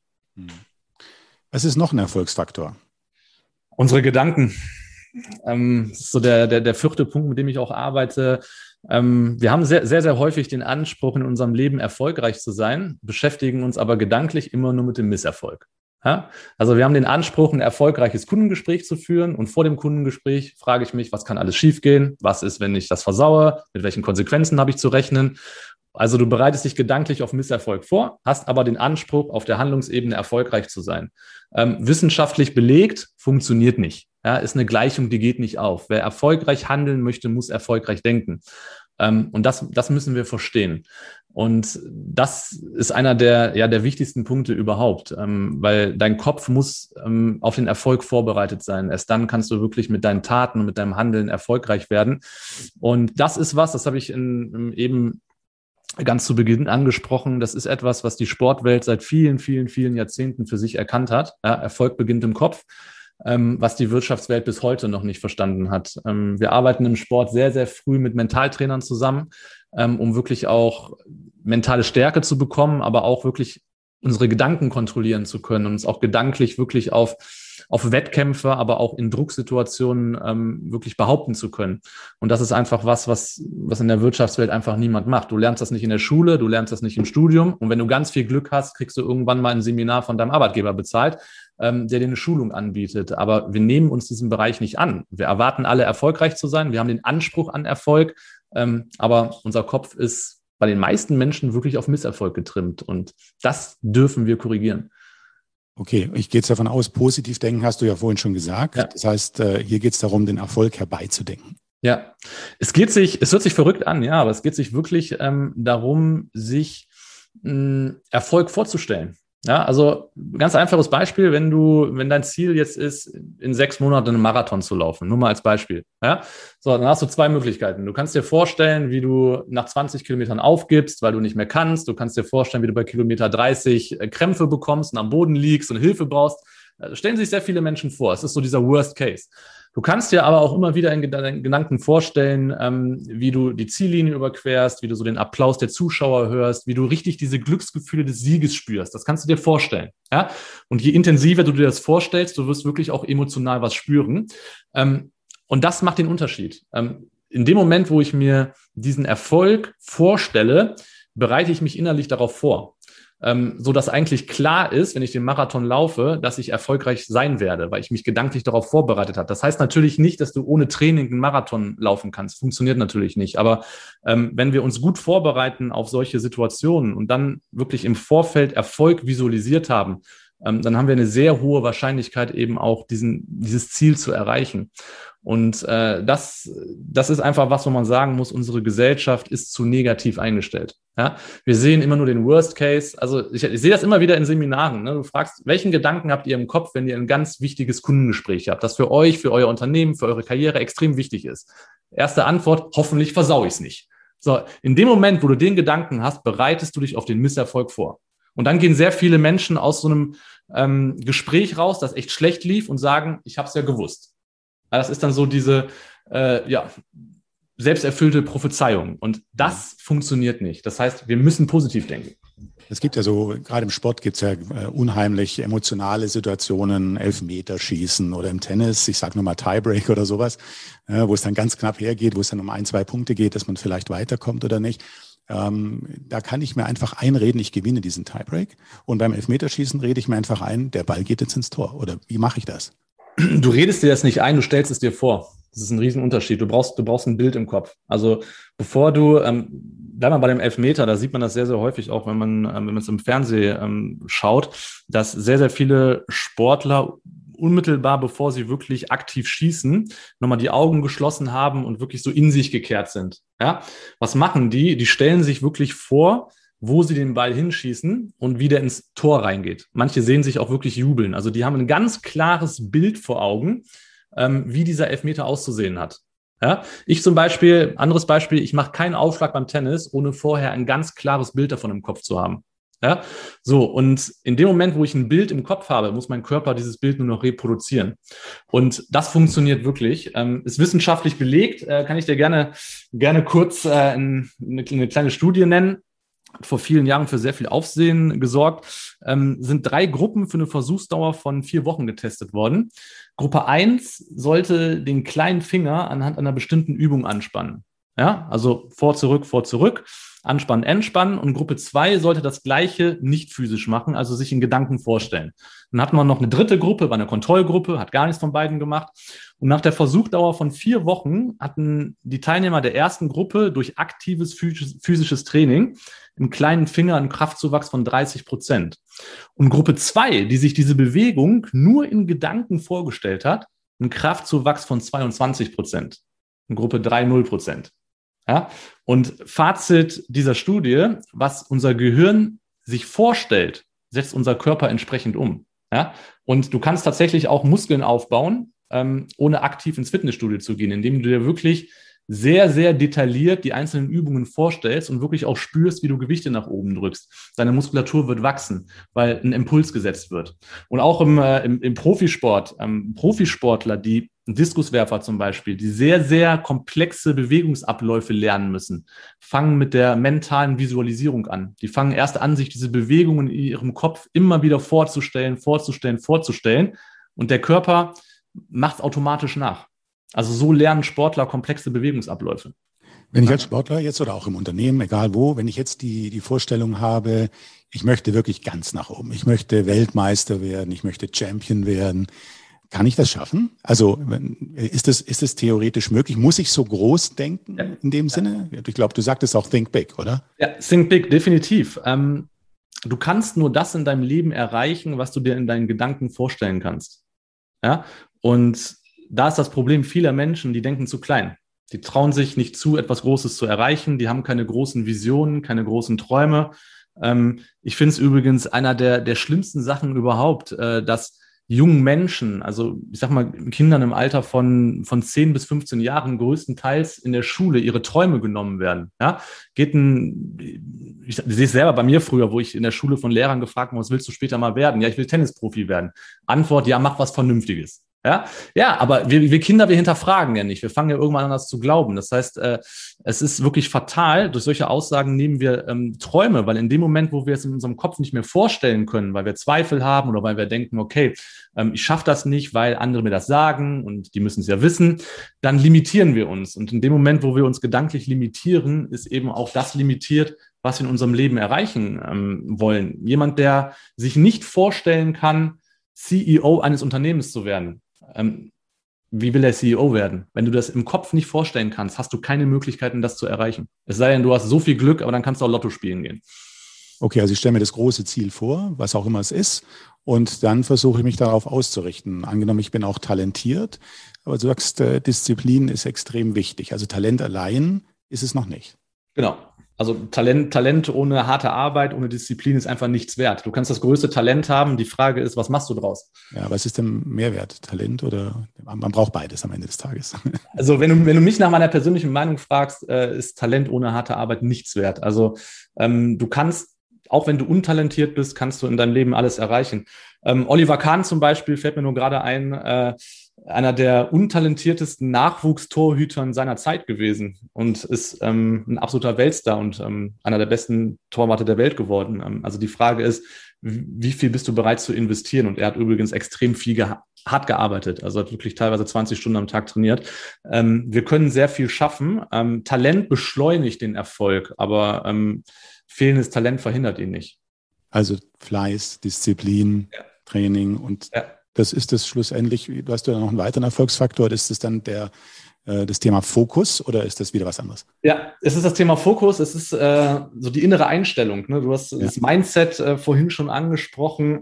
Was ist noch ein Erfolgsfaktor? Unsere Gedanken. Ähm, das ist so der, der, der vierte Punkt, mit dem ich auch arbeite. Ähm, wir haben sehr, sehr, sehr häufig den Anspruch, in unserem Leben erfolgreich zu sein, beschäftigen uns aber gedanklich immer nur mit dem Misserfolg. Ja? Also wir haben den Anspruch, ein erfolgreiches Kundengespräch zu führen und vor dem Kundengespräch frage ich mich, was kann alles schiefgehen? Was ist, wenn ich das versaue? Mit welchen Konsequenzen habe ich zu rechnen? Also du bereitest dich gedanklich auf Misserfolg vor, hast aber den Anspruch, auf der Handlungsebene erfolgreich zu sein. Ähm, wissenschaftlich belegt, funktioniert nicht. Ja, ist eine Gleichung, die geht nicht auf. Wer erfolgreich handeln möchte, muss erfolgreich denken. Ähm, und das, das müssen wir verstehen. Und das ist einer der, ja, der wichtigsten Punkte überhaupt, ähm, weil dein Kopf muss ähm, auf den Erfolg vorbereitet sein. Erst dann kannst du wirklich mit deinen Taten und mit deinem Handeln erfolgreich werden. Und das ist was, das habe ich in, in eben ganz zu Beginn angesprochen. Das ist etwas, was die Sportwelt seit vielen, vielen, vielen Jahrzehnten für sich erkannt hat. Ja, Erfolg beginnt im Kopf. Ähm, was die Wirtschaftswelt bis heute noch nicht verstanden hat. Ähm, wir arbeiten im Sport sehr, sehr früh mit Mentaltrainern zusammen, ähm, um wirklich auch mentale Stärke zu bekommen, aber auch wirklich unsere Gedanken kontrollieren zu können und uns auch gedanklich wirklich auf, auf Wettkämpfe, aber auch in Drucksituationen ähm, wirklich behaupten zu können. Und das ist einfach was, was, was in der Wirtschaftswelt einfach niemand macht. Du lernst das nicht in der Schule, du lernst das nicht im Studium und wenn du ganz viel Glück hast, kriegst du irgendwann mal ein Seminar von deinem Arbeitgeber bezahlt, ähm, der dir eine Schulung anbietet. Aber wir nehmen uns diesen Bereich nicht an. Wir erwarten alle, erfolgreich zu sein. Wir haben den Anspruch an Erfolg, ähm, aber unser Kopf ist bei den meisten Menschen wirklich auf Misserfolg getrimmt. Und das dürfen wir korrigieren. Okay, ich gehe jetzt davon aus, positiv denken hast du ja vorhin schon gesagt. Ja. Das heißt, hier geht es darum, den Erfolg herbeizudenken. Ja, es geht sich, es hört sich verrückt an, ja, aber es geht sich wirklich ähm, darum, sich mh, Erfolg vorzustellen. Ja, also ganz einfaches Beispiel, wenn du, wenn dein Ziel jetzt ist, in sechs Monaten einen Marathon zu laufen, nur mal als Beispiel. Ja, so, dann hast du zwei Möglichkeiten. Du kannst dir vorstellen, wie du nach zwanzig Kilometern aufgibst, weil du nicht mehr kannst. Du kannst dir vorstellen, wie du bei Kilometer dreißig Krämpfe bekommst und am Boden liegst und Hilfe brauchst. Das stellen sich sehr viele Menschen vor. Es ist so dieser Worst Case. Du kannst dir aber auch immer wieder in Gedanken vorstellen, ähm, wie du die Ziellinie überquerst, wie du so den Applaus der Zuschauer hörst, wie du richtig diese Glücksgefühle des Sieges spürst. Das kannst du dir vorstellen. Ja? Und je intensiver du dir das vorstellst, du wirst wirklich auch emotional was spüren. Ähm, und das macht den Unterschied. Ähm, in dem Moment, wo ich mir diesen Erfolg vorstelle, bereite ich mich innerlich darauf vor. Ähm, so dass eigentlich klar ist, wenn ich den Marathon laufe, dass ich erfolgreich sein werde, weil ich mich gedanklich darauf vorbereitet habe. Das heißt natürlich nicht, dass du ohne Training einen Marathon laufen kannst. Funktioniert natürlich nicht. Aber ähm, wenn wir uns gut vorbereiten auf solche Situationen und dann wirklich im Vorfeld Erfolg visualisiert haben, ähm, dann haben wir eine sehr hohe Wahrscheinlichkeit, eben auch diesen, dieses Ziel zu erreichen. Und äh, das, das ist einfach was, wo man sagen muss, unsere Gesellschaft ist zu negativ eingestellt. Ja? Wir sehen immer nur den Worst Case. Also ich, ich sehe das immer wieder in Seminaren. Ne? Du fragst, welchen Gedanken habt ihr im Kopf, wenn ihr ein ganz wichtiges Kundengespräch habt, das für euch, für euer Unternehmen, für eure Karriere extrem wichtig ist? Erste Antwort, hoffentlich versau ich es nicht. So, in dem Moment, wo du den Gedanken hast, bereitest du dich auf den Misserfolg vor. Und dann gehen sehr viele Menschen aus so einem ähm, Gespräch raus, das echt schlecht lief und sagen, ich habe es ja gewusst. Das ist dann so diese äh, ja, selbsterfüllte Prophezeiung. Und das funktioniert nicht. Das heißt, wir müssen positiv denken. Es gibt ja so, gerade im Sport gibt es ja äh, unheimlich emotionale Situationen, Elfmeterschießen oder im Tennis, ich sage nur mal Tiebreak oder sowas, äh, wo es dann ganz knapp hergeht, wo es dann um ein, zwei Punkte geht, dass man vielleicht weiterkommt oder nicht. Ähm, da kann ich mir einfach einreden, ich gewinne diesen Tiebreak. Und beim Elfmeterschießen rede ich mir einfach ein, der Ball geht jetzt ins Tor. Oder wie mache ich das? Du redest dir das nicht ein, du stellst es dir vor. Das ist ein Riesenunterschied. Du brauchst, du brauchst ein Bild im Kopf. Also bevor du, ähm, bleib mal bei dem Elfmeter, da sieht man das sehr, sehr häufig auch, wenn man, ähm, wenn man es im Fernsehen ähm, schaut, dass sehr, sehr viele Sportler unmittelbar, bevor sie wirklich aktiv schießen, nochmal die Augen geschlossen haben und wirklich so in sich gekehrt sind. Ja? Was machen die? Die stellen sich wirklich vor, wo sie den Ball hinschießen und wie der ins Tor reingeht. Manche sehen sich auch wirklich jubeln. Also die haben ein ganz klares Bild vor Augen, ähm, wie dieser Elfmeter auszusehen hat. Ja? Ich zum Beispiel, anderes Beispiel, ich mache keinen Aufschlag beim Tennis, ohne vorher ein ganz klares Bild davon im Kopf zu haben. Ja? So, und in dem Moment, wo ich ein Bild im Kopf habe, muss mein Körper dieses Bild nur noch reproduzieren. Und das funktioniert wirklich. Ähm, ist wissenschaftlich belegt, äh, kann ich dir gerne, gerne kurz äh, eine, eine kleine Studie nennen. Hat vor vielen Jahren für sehr viel Aufsehen gesorgt, ähm, sind drei Gruppen für eine Versuchsdauer von vier Wochen getestet worden. Gruppe eins sollte den kleinen Finger anhand einer bestimmten Übung anspannen. Ja, also vor, zurück, vor, zurück, anspannen, entspannen. Und Gruppe zwei sollte das Gleiche nicht physisch machen, also sich in Gedanken vorstellen. Dann hatten wir noch eine dritte Gruppe, war eine Kontrollgruppe, hat gar nichts von beiden gemacht. Und nach der Versuchdauer von vier Wochen hatten die Teilnehmer der ersten Gruppe durch aktives physisches Training im kleinen Finger einen Kraftzuwachs von dreißig Prozent. Und Gruppe zwei, die sich diese Bewegung nur in Gedanken vorgestellt hat, einen Kraftzuwachs von zweiundzwanzig Prozent. Und Gruppe drei null Prozent. Ja? Und Fazit dieser Studie, was unser Gehirn sich vorstellt, setzt unser Körper entsprechend um. Ja? Und du kannst tatsächlich auch Muskeln aufbauen, ähm, ohne aktiv ins Fitnessstudio zu gehen, indem du dir wirklich sehr, sehr detailliert die einzelnen Übungen vorstellst und wirklich auch spürst, wie du Gewichte nach oben drückst. Deine Muskulatur wird wachsen, weil ein Impuls gesetzt wird. Und auch im, äh, im, im Profisport, ähm, Profisportler, die Diskuswerfer zum Beispiel, die sehr, sehr komplexe Bewegungsabläufe lernen müssen, fangen mit der mentalen Visualisierung an. Die fangen erst an, sich diese Bewegungen in ihrem Kopf immer wieder vorzustellen, vorzustellen, vorzustellen. Und der Körper macht es automatisch nach. Also so lernen Sportler komplexe Bewegungsabläufe. Wenn ich als Sportler jetzt oder auch im Unternehmen, egal wo, wenn ich jetzt die, die Vorstellung habe, ich möchte wirklich ganz nach oben, ich möchte Weltmeister werden, ich möchte Champion werden, kann ich das schaffen? Also ist das, ist das theoretisch möglich? Muss ich so groß denken, ja, in dem Sinne? Ich glaube, du sagtest auch Think Big, oder? Ja, Think Big, definitiv. Ähm, du kannst nur das in deinem Leben erreichen, was du dir in deinen Gedanken vorstellen kannst. Ja, und da ist das Problem vieler Menschen, die denken zu klein. Die trauen sich nicht zu, etwas Großes zu erreichen. Die haben keine großen Visionen, keine großen Träume. Ähm, ich finde es übrigens einer der, der schlimmsten Sachen überhaupt, äh, dass jungen Menschen, also ich sag mal Kindern im Alter von, von zehn bis fünfzehn Jahren größtenteils in der Schule ihre Träume genommen werden. Ja? Geht ein, ich, ich sehe es selber bei mir früher, wo ich in der Schule von Lehrern gefragt habe, was willst du später mal werden? Ja, ich will Tennisprofi werden. Antwort, ja, mach was Vernünftiges. Ja, ja, aber wir, wir Kinder, wir hinterfragen ja nicht. Wir fangen ja irgendwann an, das zu glauben. Das heißt, äh, es ist wirklich fatal. Durch solche Aussagen nehmen wir ähm, Träume, weil in dem Moment, wo wir es in unserem Kopf nicht mehr vorstellen können, weil wir Zweifel haben oder weil wir denken, okay, ähm, ich schaffe das nicht, weil andere mir das sagen und die müssen es ja wissen, dann limitieren wir uns. Und in dem Moment, wo wir uns gedanklich limitieren, ist eben auch das limitiert, was wir in unserem Leben erreichen ähm, wollen. Jemand, der sich nicht vorstellen kann, C E O eines Unternehmens zu werden. Ähm, wie will der C E O werden? Wenn du das im Kopf nicht vorstellen kannst, hast du keine Möglichkeiten, das zu erreichen. Es sei denn, du hast so viel Glück, aber dann kannst du auch Lotto spielen gehen. Okay, also ich stelle mir das große Ziel vor, was auch immer es ist, und dann versuche ich mich darauf auszurichten. Angenommen, ich bin auch talentiert, aber du sagst, äh, Disziplin ist extrem wichtig. Also Talent allein ist es noch nicht. Genau. Also Talent, Talent ohne harte Arbeit, ohne Disziplin ist einfach nichts wert. Du kannst das größte Talent haben. Die Frage ist, was machst du draus? Ja, was ist denn Mehrwert? Talent oder man braucht beides am Ende des Tages? Also wenn du, wenn du mich nach meiner persönlichen Meinung fragst, äh, ist Talent ohne harte Arbeit nichts wert. Also ähm, du kannst, auch wenn du untalentiert bist, kannst du in deinem Leben alles erreichen. Ähm, Oliver Kahn zum Beispiel fällt mir nur gerade ein, äh, einer der untalentiertesten Nachwuchstorhütern seiner Zeit gewesen und ist ähm, ein absoluter Weltstar und ähm, einer der besten Torwarte der Welt geworden. Ähm, also die Frage ist, wie viel bist du bereit zu investieren? Und er hat übrigens extrem viel ge- hart gearbeitet, also hat wirklich teilweise zwanzig Stunden am Tag trainiert. Ähm, wir können sehr viel schaffen. Ähm, Talent beschleunigt den Erfolg, aber ähm, fehlendes Talent verhindert ihn nicht. Also Fleiß, Disziplin, ja. Training und ja. Das ist es schlussendlich. Du hast ja noch einen weiteren Erfolgsfaktor. Ist es dann der, äh, das Thema Fokus oder ist das wieder was anderes? Ja, es ist das Thema Fokus. Es ist äh, so die innere Einstellung. Ne? Du hast ja. das Mindset äh, vorhin schon angesprochen.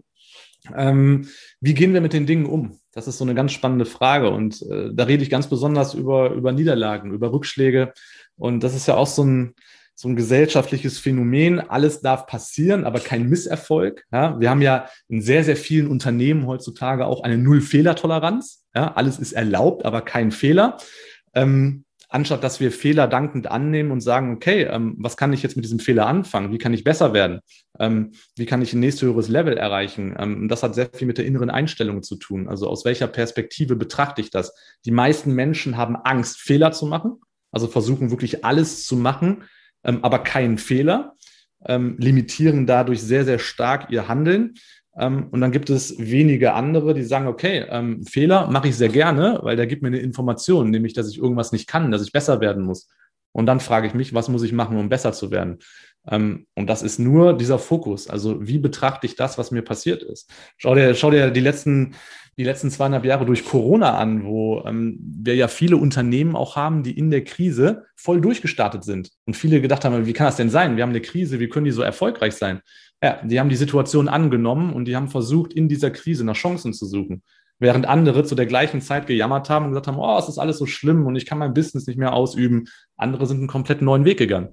Ähm, wie gehen wir mit den Dingen um? Das ist so eine ganz spannende Frage. Und äh, da rede ich ganz besonders über, über Niederlagen, über Rückschläge. Und das ist ja auch so ein so ein gesellschaftliches Phänomen. Alles darf passieren, aber kein Misserfolg. Ja, wir haben ja in sehr, sehr vielen Unternehmen heutzutage auch eine Null-Fehler-Toleranz. Ja, alles ist erlaubt, aber kein Fehler. Ähm, anstatt dass wir Fehler dankend annehmen und sagen, okay, ähm, was kann ich jetzt mit diesem Fehler anfangen? Wie kann ich besser werden? Ähm, wie kann ich ein nächsthöheres Level erreichen? Ähm, das hat sehr viel mit der inneren Einstellung zu tun. Also aus welcher Perspektive betrachte ich das? Die meisten Menschen haben Angst, Fehler zu machen, also versuchen wirklich alles zu machen, Ähm, aber keinen Fehler, ähm, limitieren dadurch sehr, sehr stark ihr Handeln. Ähm, und dann gibt es wenige andere, die sagen, okay, ähm, Fehler mache ich sehr gerne, weil der gibt mir eine Information, nämlich, dass ich irgendwas nicht kann, dass ich besser werden muss. Und dann frage ich mich, was muss ich machen, um besser zu werden? Ähm, und das ist nur dieser Fokus. Also wie betrachte ich das, was mir passiert ist? Schau dir, schau dir die letzten die letzten zweieinhalb Jahre durch Corona an, wo ähm, wir ja viele Unternehmen auch haben, die in der Krise voll durchgestartet sind. Und viele gedacht haben, wie kann das denn sein? Wir haben eine Krise, wie können die so erfolgreich sein? Ja, die haben die Situation angenommen und die haben versucht, in dieser Krise nach Chancen zu suchen. Während andere zu der gleichen Zeit gejammert haben und gesagt haben, oh, es ist alles so schlimm und ich kann mein Business nicht mehr ausüben. Andere sind einen komplett neuen Weg gegangen.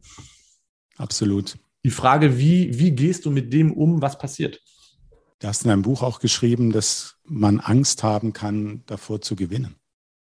Absolut. Die Frage, wie, wie gehst du mit dem um, was passiert? Du hast in deinem Buch auch geschrieben, dass man Angst haben kann, davor zu gewinnen.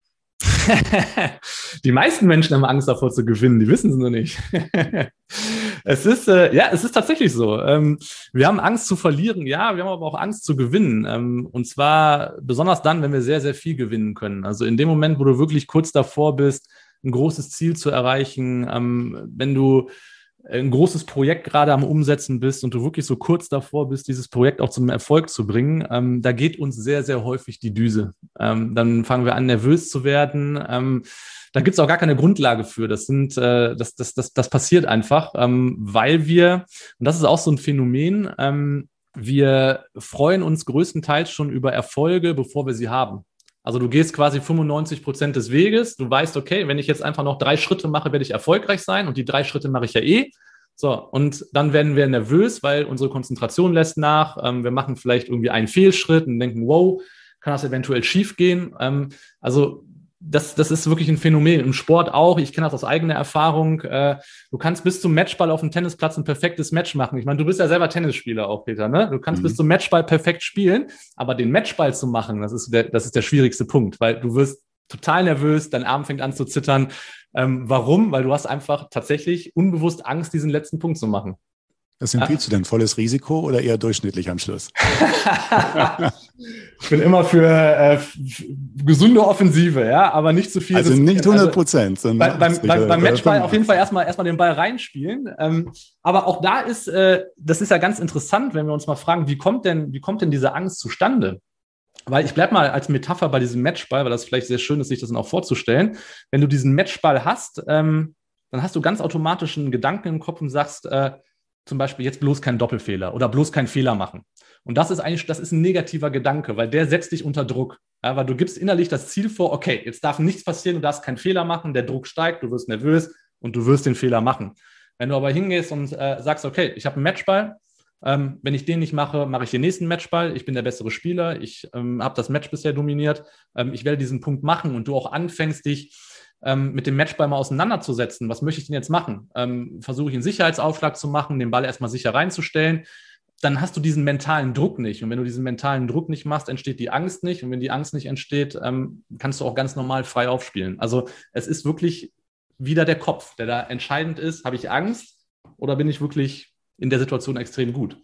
Die meisten Menschen haben Angst davor zu gewinnen, die wissen es nur nicht. Es ist, äh, ja, es ist tatsächlich so. Ähm, wir haben Angst zu verlieren, ja, wir haben aber auch Angst zu gewinnen. Ähm, und zwar besonders dann, wenn wir sehr, sehr viel gewinnen können. Also in dem Moment, wo du wirklich kurz davor bist, ein großes Ziel zu erreichen, ähm, wenn du ein großes Projekt gerade am Umsetzen bist und du wirklich so kurz davor bist, dieses Projekt auch zum Erfolg zu bringen, ähm, da geht uns sehr, sehr häufig die Düse. Ähm, dann fangen wir an, nervös zu werden. Ähm, da gibt es auch gar keine Grundlage für. Das sind, äh, das, das, das, das passiert einfach, ähm, weil wir, und das ist auch so ein Phänomen, ähm, wir freuen uns größtenteils schon über Erfolge, bevor wir sie haben. Also du gehst quasi fünfundneunzig Prozent des Weges. Du weißt, okay, wenn ich jetzt einfach noch drei Schritte mache, werde ich erfolgreich sein. Und die drei Schritte mache ich ja eh. So, und dann werden wir nervös, weil unsere Konzentration lässt nach. Ähm, wir machen vielleicht irgendwie einen Fehlschritt und denken, wow, kann das eventuell schief gehen? Ähm, also das, das ist wirklich ein Phänomen. Im Sport auch. Ich kenne das aus eigener Erfahrung. Äh, du kannst bis zum Matchball auf dem Tennisplatz ein perfektes Match machen. Ich meine, du bist ja selber Tennisspieler auch, Peter, ne? Du kannst mhm. bis zum Matchball perfekt spielen, aber den Matchball zu machen, das ist der, das ist der schwierigste Punkt, weil du wirst total nervös, dein Arm fängt an zu zittern. Ähm, warum? Weil du hast einfach tatsächlich unbewusst Angst, diesen letzten Punkt zu machen. Was empfiehlst ja. du denn? Volles Risiko oder eher durchschnittlich am Schluss? Ich bin immer für äh, f- gesunde Offensive, ja, aber nicht zu viel. Also nicht hundert Prozent. Also bei, beim, beim, beim Matchball auf jeden Fall erstmal, erstmal den Ball reinspielen. Ähm, aber auch da ist, äh, das ist ja ganz interessant, wenn wir uns mal fragen, wie kommt denn, wie kommt denn diese Angst zustande? Weil ich bleibe mal als Metapher bei diesem Matchball, weil das vielleicht sehr schön ist, sich das dann auch vorzustellen. Wenn du diesen Matchball hast, ähm, dann hast du ganz automatisch einen Gedanken im Kopf und sagst, äh, zum Beispiel jetzt bloß kein Doppelfehler oder bloß keinen Fehler machen. Und das ist eigentlich, das ist ein negativer Gedanke, weil der setzt dich unter Druck. Ja, weil du gibst innerlich das Ziel vor, okay, jetzt darf nichts passieren, du darfst keinen Fehler machen, der Druck steigt, du wirst nervös und du wirst den Fehler machen. Wenn du aber hingehst und äh, sagst, okay, ich habe einen Matchball, ähm, wenn ich den nicht mache, mache ich den nächsten Matchball, ich bin der bessere Spieler, ich ähm, habe das Match bisher dominiert, ähm, ich werde diesen Punkt machen und du auch anfängst, dich ähm, mit dem Matchball mal auseinanderzusetzen. Was möchte ich denn jetzt machen? Ähm, versuche ich einen Sicherheitsaufschlag zu machen, den Ball erstmal sicher reinzustellen, dann hast du diesen mentalen Druck nicht. Und wenn du diesen mentalen Druck nicht machst, entsteht die Angst nicht. Und wenn die Angst nicht entsteht, ähm, kannst du auch ganz normal frei aufspielen. Also es ist wirklich wieder der Kopf, der da entscheidend ist. Habe ich Angst oder bin ich wirklich in der Situation extrem gut?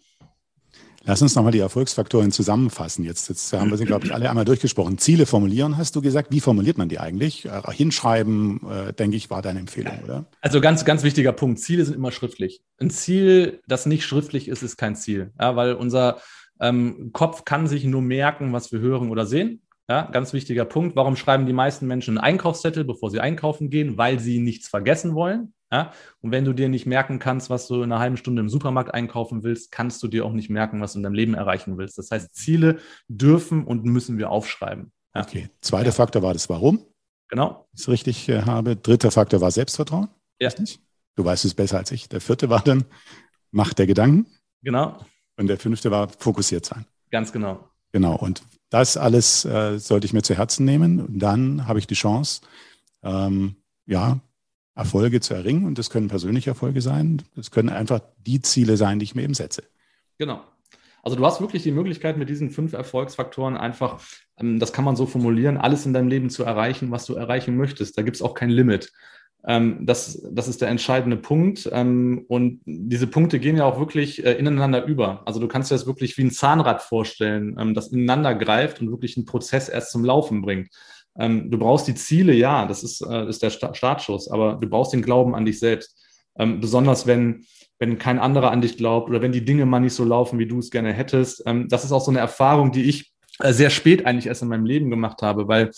Lass uns nochmal die Erfolgsfaktoren zusammenfassen. Jetzt, jetzt haben wir sie, glaube ich, alle einmal durchgesprochen. Ziele formulieren, hast du gesagt. Wie formuliert man die eigentlich? Äh, hinschreiben, äh, denke ich, war deine Empfehlung, oder? Also ganz, ganz wichtiger Punkt. Ziele sind immer schriftlich. Ein Ziel, das nicht schriftlich ist, ist kein Ziel. Ja, weil unser ähm, Kopf kann sich nur merken, was wir hören oder sehen. Ja, ganz wichtiger Punkt. Warum schreiben die meisten Menschen einen Einkaufszettel, bevor sie einkaufen gehen? Weil sie nichts vergessen wollen. Ja? Und wenn du dir nicht merken kannst, was du in einer halben Stunde im Supermarkt einkaufen willst, kannst du dir auch nicht merken, was du in deinem Leben erreichen willst. Das heißt, Ziele dürfen und müssen wir aufschreiben. Ja? Okay. Zweiter ja. Faktor war das Warum. Genau. Wenn ich es richtig äh, habe. Dritter Faktor war Selbstvertrauen. Ja. Richtig? Du weißt es besser als ich. Der vierte war dann Macht der Gedanken. Genau. Und der fünfte war fokussiert sein. Ganz genau. Genau. Und das alles äh, sollte ich mir zu Herzen nehmen. Und dann habe ich die Chance, ähm, ja, Erfolge zu erringen. Und das können persönliche Erfolge sein. Das können einfach die Ziele sein, die ich mir eben setze. Genau. Also du hast wirklich die Möglichkeit, mit diesen fünf Erfolgsfaktoren einfach, ähm, das kann man so formulieren, alles in deinem Leben zu erreichen, was du erreichen möchtest. Da gibt es auch kein Limit. Ähm, das, das ist der entscheidende Punkt. Ähm, und diese Punkte gehen ja auch wirklich äh, ineinander über. Also du kannst dir das wirklich wie ein Zahnrad vorstellen, ähm, das ineinander greift und wirklich einen Prozess erst zum Laufen bringt. Ähm, du brauchst die Ziele, ja, das ist, äh, ist der Sta- Startschuss, aber du brauchst den Glauben an dich selbst. Ähm, besonders wenn, wenn kein anderer an dich glaubt oder wenn die Dinge mal nicht so laufen, wie du es gerne hättest. Ähm, das ist auch so eine Erfahrung, die ich äh, sehr spät eigentlich erst in meinem Leben gemacht habe, weil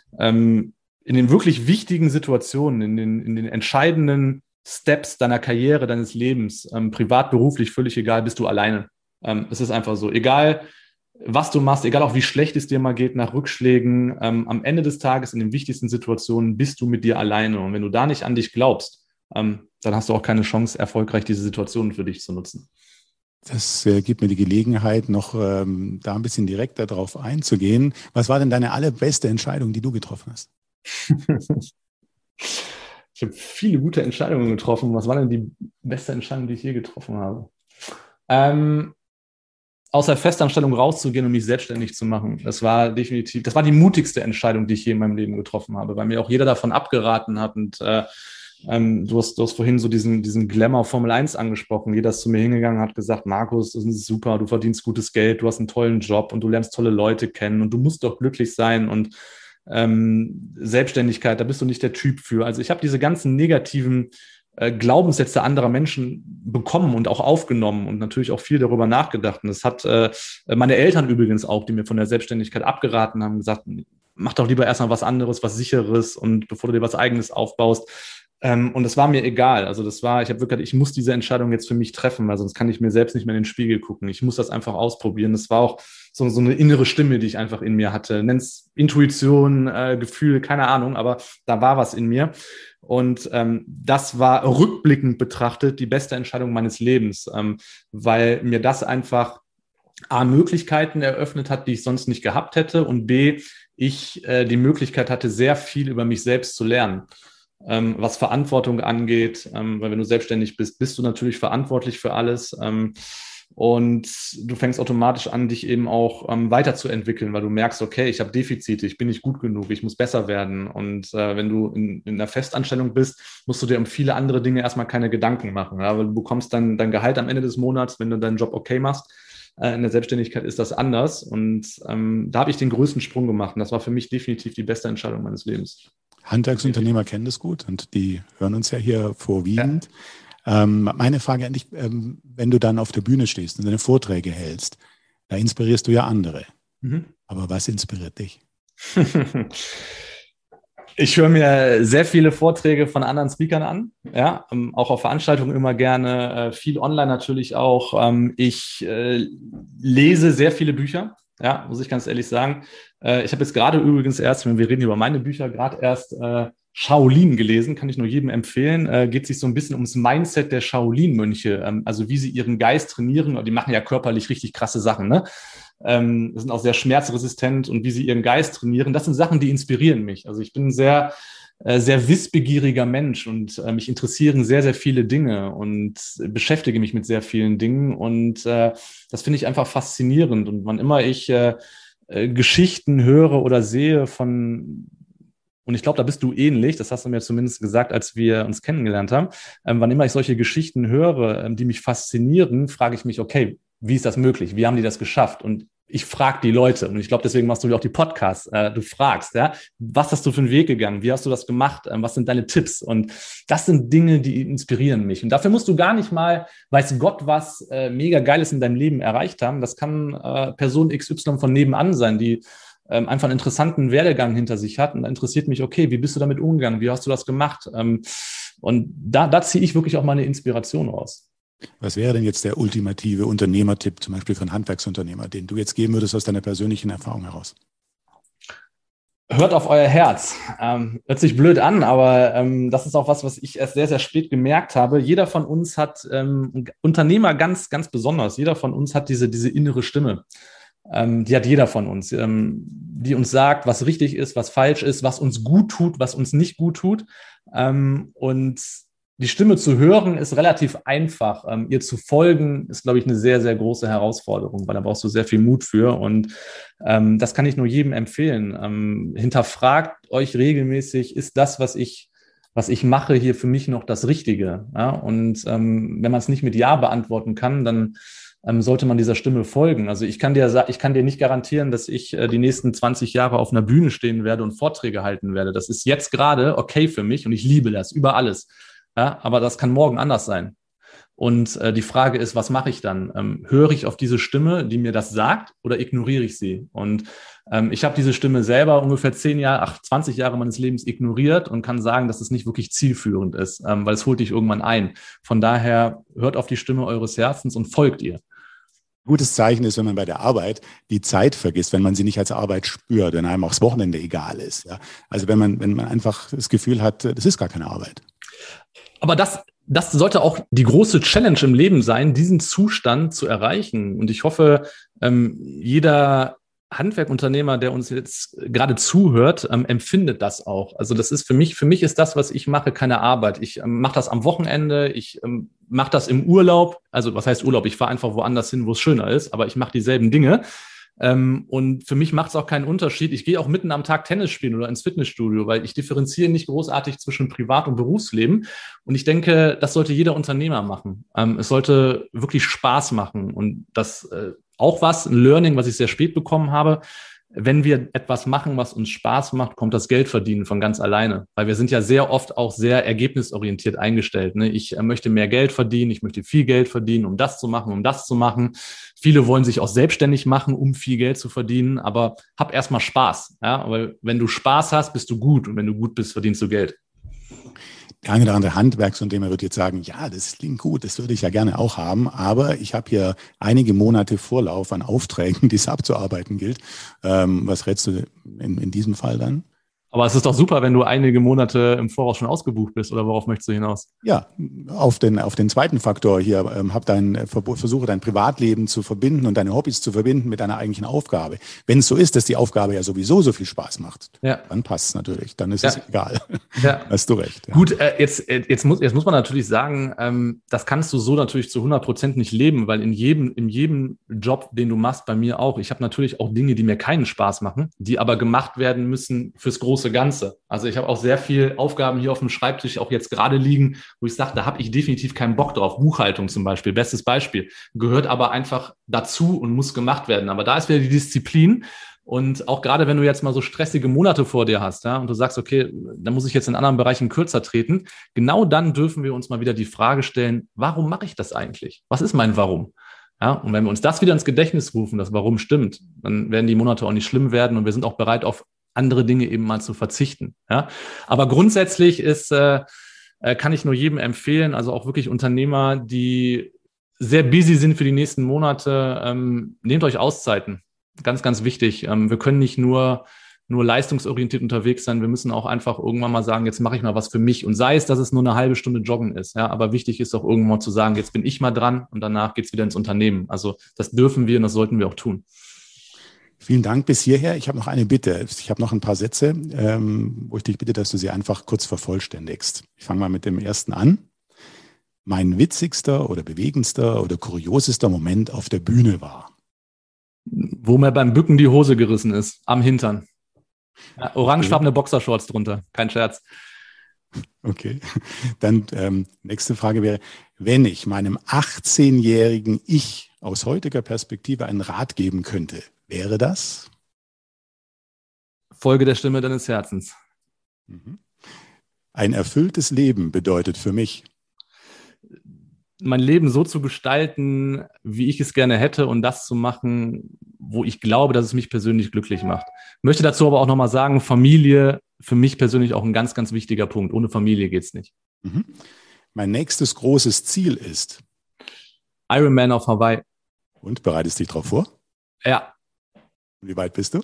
ähm, in den wirklich wichtigen Situationen, in den, in den entscheidenden Steps deiner Karriere, deines Lebens, ähm, privat, beruflich, völlig egal, bist du alleine. Ähm, es ist einfach so. Egal, was du machst, egal auch wie schlecht es dir mal geht nach Rückschlägen, ähm, am Ende des Tages in den wichtigsten Situationen bist du mit dir alleine. Und wenn du da nicht an dich glaubst, ähm, dann hast du auch keine Chance, erfolgreich diese Situationen für dich zu nutzen. Das äh, gibt mir die Gelegenheit, noch ähm, da ein bisschen direkter drauf einzugehen. Was war denn deine allerbeste Entscheidung, die du getroffen hast? Ich habe viele gute Entscheidungen getroffen. Was war denn die beste Entscheidung, die ich je getroffen habe? Ähm, aus der Festanstellung rauszugehen und mich selbstständig zu machen. Das war definitiv, das war die mutigste Entscheidung, die ich je in meinem Leben getroffen habe, weil mir auch jeder davon abgeraten hat. Und äh, ähm, du, hast, du hast vorhin so diesen, diesen Glamour Formel eins angesprochen. Jeder ist zu mir hingegangen und hat gesagt, Markus, das ist super, du verdienst gutes Geld, du hast einen tollen Job und du lernst tolle Leute kennen und du musst doch glücklich sein und Ähm, Selbstständigkeit, da bist du nicht der Typ für. Also ich habe diese ganzen negativen äh, Glaubenssätze anderer Menschen bekommen und auch aufgenommen und natürlich auch viel darüber nachgedacht. Und das hat äh, meine Eltern übrigens auch, die mir von der Selbstständigkeit abgeraten haben, gesagt, mach doch lieber erstmal was anderes, was Sicheres und bevor du dir was Eigenes aufbaust. Ähm, und das war mir egal. Also das war, ich habe wirklich, ich muss diese Entscheidung jetzt für mich treffen, weil sonst kann ich mir selbst nicht mehr in den Spiegel gucken. Ich muss das einfach ausprobieren. Das war auch so, so eine innere Stimme, die ich einfach in mir hatte. Nenn's Intuition, äh, Gefühl, keine Ahnung, aber da war was in mir. Und ähm, das war rückblickend betrachtet die beste Entscheidung meines Lebens, ähm, weil mir das einfach A, Möglichkeiten eröffnet hat, die ich sonst nicht gehabt hätte, und B, ich äh, die Möglichkeit hatte, sehr viel über mich selbst zu lernen. Ähm, was Verantwortung angeht, ähm, weil wenn du selbstständig bist, bist du natürlich verantwortlich für alles. Ähm, und du fängst automatisch an, dich eben auch ähm, weiterzuentwickeln, weil du merkst, okay, ich habe Defizite, ich bin nicht gut genug, ich muss besser werden. Und äh, wenn du in, in einer Festanstellung bist, musst du dir um viele andere Dinge erstmal keine Gedanken machen. Ja? Weil du bekommst dann dein Gehalt am Ende des Monats, wenn du deinen Job okay machst. Äh, in der Selbstständigkeit ist das anders. Und ähm, da habe ich den größten Sprung gemacht. Und das war für mich definitiv die beste Entscheidung meines Lebens. Handwerksunternehmer kennen das gut und die hören uns ja hier vorwiegend. Ja. Ähm, meine Frage an dich, ähm, wenn du dann auf der Bühne stehst und deine Vorträge hältst, da inspirierst du ja andere. Mhm. Aber was inspiriert dich? Ich höre mir sehr viele Vorträge von anderen Speakern an, ja, auch auf Veranstaltungen immer gerne, viel online natürlich auch. Ich äh, lese sehr viele Bücher, ja, muss ich ganz ehrlich sagen. Ich habe jetzt gerade übrigens erst, wenn wir reden über meine Bücher, gerade erst äh, Shaolin gelesen, kann ich nur jedem empfehlen. Äh, geht sich so ein bisschen ums Mindset der Shaolin-Mönche, ähm, also wie sie ihren Geist trainieren. Und die machen ja körperlich richtig krasse Sachen, ne? Ähm, sind auch sehr schmerzresistent, und wie sie ihren Geist trainieren. Das sind Sachen, die inspirieren mich. Also ich bin ein sehr, äh, sehr wissbegieriger Mensch, und äh, mich interessieren sehr, sehr viele Dinge und beschäftige mich mit sehr vielen Dingen. Und äh, das finde ich einfach faszinierend. Und wann immer ich äh, äh, Geschichten höre oder sehe von, und ich glaube, da bist du ähnlich, das hast du mir zumindest gesagt, als wir uns kennengelernt haben. Ähm, wann immer ich solche Geschichten höre, ähm, die mich faszinieren, frage ich mich, okay, wie ist das möglich? Wie haben die das geschafft? Und ich frage die Leute, und ich glaube, deswegen machst du auch die Podcasts. Äh, du fragst, ja, was hast du für einen Weg gegangen? Wie hast du das gemacht? Ähm, was sind deine Tipps? Und das sind Dinge, die inspirieren mich. Und dafür musst du gar nicht mal, weiß Gott, was äh, mega Geiles in deinem Leben erreicht haben. Das kann äh, Person X Y von nebenan sein, die Ähm, einfach einen interessanten Werdegang hinter sich hat. Und da interessiert mich, okay, wie bist du damit umgegangen? Wie hast du das gemacht? Ähm, und da, da ziehe ich wirklich auch meine Inspiration raus. Was wäre denn jetzt der ultimative Unternehmertipp, zum Beispiel für einen Handwerksunternehmer, den du jetzt geben würdest aus deiner persönlichen Erfahrung heraus? Hört auf euer Herz. Ähm, hört sich blöd an, aber ähm, das ist auch was, was ich erst sehr, sehr spät gemerkt habe. Jeder von uns hat, ähm, Unternehmer ganz, ganz besonders, jeder von uns hat diese, diese innere Stimme. Ähm, die hat jeder von uns, ähm, die uns sagt, was richtig ist, was falsch ist, was uns gut tut, was uns nicht gut tut. Ähm, und die Stimme zu hören ist relativ einfach. Ähm, ihr zu folgen ist, glaube ich, eine sehr, sehr große Herausforderung, weil da brauchst du sehr viel Mut für. Und ähm, das kann ich nur jedem empfehlen. Ähm, hinterfragt euch regelmäßig, ist das, was ich was ich mache, hier für mich noch das Richtige? Ja? Und ähm, wenn man es nicht mit Ja beantworten kann, dann ähm, sollte man dieser Stimme folgen. Also ich kann dir, ich kann dir nicht garantieren, dass ich äh, die nächsten zwanzig Jahre auf einer Bühne stehen werde und Vorträge halten werde. Das ist jetzt gerade okay für mich und ich liebe das über alles. Ja? Aber das kann morgen anders sein. Und äh, die Frage ist, was mache ich dann? Ähm, höre ich auf diese Stimme, die mir das sagt, oder ignoriere ich sie? Und ähm, ich habe diese Stimme selber ungefähr zehn Jahre, ach, zwanzig Jahre meines Lebens ignoriert und kann sagen, dass es nicht wirklich zielführend ist, ähm, weil es holt dich irgendwann ein. Von daher hört auf die Stimme eures Herzens und folgt ihr. Gutes Zeichen ist, wenn man bei der Arbeit die Zeit vergisst, wenn man sie nicht als Arbeit spürt, wenn einem auch das Wochenende egal ist. Ja? Also wenn man, wenn man einfach das Gefühl hat, das ist gar keine Arbeit. Aber das, das sollte auch die große Challenge im Leben sein, diesen Zustand zu erreichen. Und ich hoffe, ähm, jeder Handwerkunternehmer, der uns jetzt gerade zuhört, ähm, empfindet das auch. Also das ist für mich, für mich ist das, was ich mache, keine Arbeit. Ich ähm, mache das am Wochenende, ich ähm, mache das im Urlaub. Also was heißt Urlaub? Ich fahre einfach woanders hin, wo es schöner ist, aber ich mache dieselben Dinge. Ähm, und für mich macht es auch keinen Unterschied. Ich gehe auch mitten am Tag Tennis spielen oder ins Fitnessstudio, weil ich differenziere nicht großartig zwischen Privat- und Berufsleben. Und ich denke, das sollte jeder Unternehmer machen. Ähm, es sollte wirklich Spaß machen. Und das äh, auch was, ein Learning, was ich sehr spät bekommen habe. Wenn wir etwas machen, was uns Spaß macht, kommt das Geldverdienen von ganz alleine. Weil wir sind ja sehr oft auch sehr ergebnisorientiert eingestellt. Ne? Ich äh, möchte mehr Geld verdienen, ich möchte viel Geld verdienen, um das zu machen, um das zu machen. Viele wollen sich auch selbstständig machen, um viel Geld zu verdienen, aber hab erstmal Spaß. Ja? Weil wenn du Spaß hast, bist du gut, und wenn du gut bist, verdienst du Geld. Der eine oder andere Handwerksunternehmer wird jetzt sagen, ja, das klingt gut, das würde ich ja gerne auch haben, aber ich habe hier einige Monate Vorlauf an Aufträgen, die es abzuarbeiten gilt. Ähm, was rätst du in, in diesem Fall dann? Aber es ist doch super, wenn du einige Monate im Voraus schon ausgebucht bist, oder worauf möchtest du hinaus? Ja, auf den, auf den zweiten Faktor hier, ähm, hab dein, versuche dein Privatleben zu verbinden und deine Hobbys zu verbinden mit deiner eigentlichen Aufgabe. Wenn es so ist, dass die Aufgabe ja sowieso so viel Spaß macht, ja. dann passt es natürlich, dann ist ja. es egal. Ja. Hast du recht. Ja. Gut, äh, jetzt, jetzt, muss, jetzt muss man natürlich sagen, ähm, das kannst du so natürlich zu hundert Prozent nicht leben, weil in jedem, in jedem Job, den du machst, bei mir auch, ich habe natürlich auch Dinge, die mir keinen Spaß machen, die aber gemacht werden müssen fürs große Ganze. Also ich habe auch sehr viel Aufgaben hier auf dem Schreibtisch auch jetzt gerade liegen, wo ich sage, da habe ich definitiv keinen Bock drauf. Buchhaltung zum Beispiel, bestes Beispiel, gehört aber einfach dazu und muss gemacht werden. Aber da ist wieder die Disziplin. Und auch gerade wenn du jetzt mal so stressige Monate vor dir hast, ja, und du sagst, okay, da muss ich jetzt in anderen Bereichen kürzer treten, genau dann dürfen wir uns mal wieder die Frage stellen, warum mache ich das eigentlich? Was ist mein Warum? Ja, und wenn wir uns das wieder ins Gedächtnis rufen, das Warum stimmt, dann werden die Monate auch nicht schlimm werden und wir sind auch bereit, auf andere Dinge eben mal zu verzichten. Ja? Aber grundsätzlich ist, äh, kann ich nur jedem empfehlen, also auch wirklich Unternehmer, die sehr busy sind für die nächsten Monate, ähm, nehmt euch Auszeiten. Ganz, ganz wichtig. Ähm, wir können nicht nur, nur leistungsorientiert unterwegs sein, wir müssen auch einfach irgendwann mal sagen, jetzt mache ich mal was für mich. Und sei es, dass es nur eine halbe Stunde Joggen ist. Ja? Aber wichtig ist auch irgendwann mal zu sagen, jetzt bin ich mal dran und danach geht es wieder ins Unternehmen. Also das dürfen wir und das sollten wir auch tun. Vielen Dank bis hierher. Ich habe noch eine Bitte. Ich habe noch ein paar Sätze, ähm, wo ich dich bitte, dass du sie einfach kurz vervollständigst. Ich fange mal mit dem ersten an. Mein witzigster oder bewegendster oder kuriosester Moment auf der Bühne war? Wo mir beim Bücken die Hose gerissen ist, am Hintern. Ja, orangefarbene Boxershorts drunter, kein Scherz. Okay, dann ähm, nächste Frage wäre, wenn ich meinem achtzehnjährigen Ich aus heutiger Perspektive einen Rat geben könnte, wäre das? Folge der Stimme deines Herzens. Ein erfülltes Leben bedeutet für mich? Mein Leben so zu gestalten, wie ich es gerne hätte und das zu machen, wo ich glaube, dass es mich persönlich glücklich macht. Ich möchte dazu aber auch nochmal sagen, Familie für mich persönlich auch ein ganz, ganz wichtiger Punkt. Ohne Familie geht es nicht. Mhm. Mein nächstes großes Ziel ist? Ironman auf Hawaii. Und bereitest dich darauf vor? Ja. Wie weit bist du?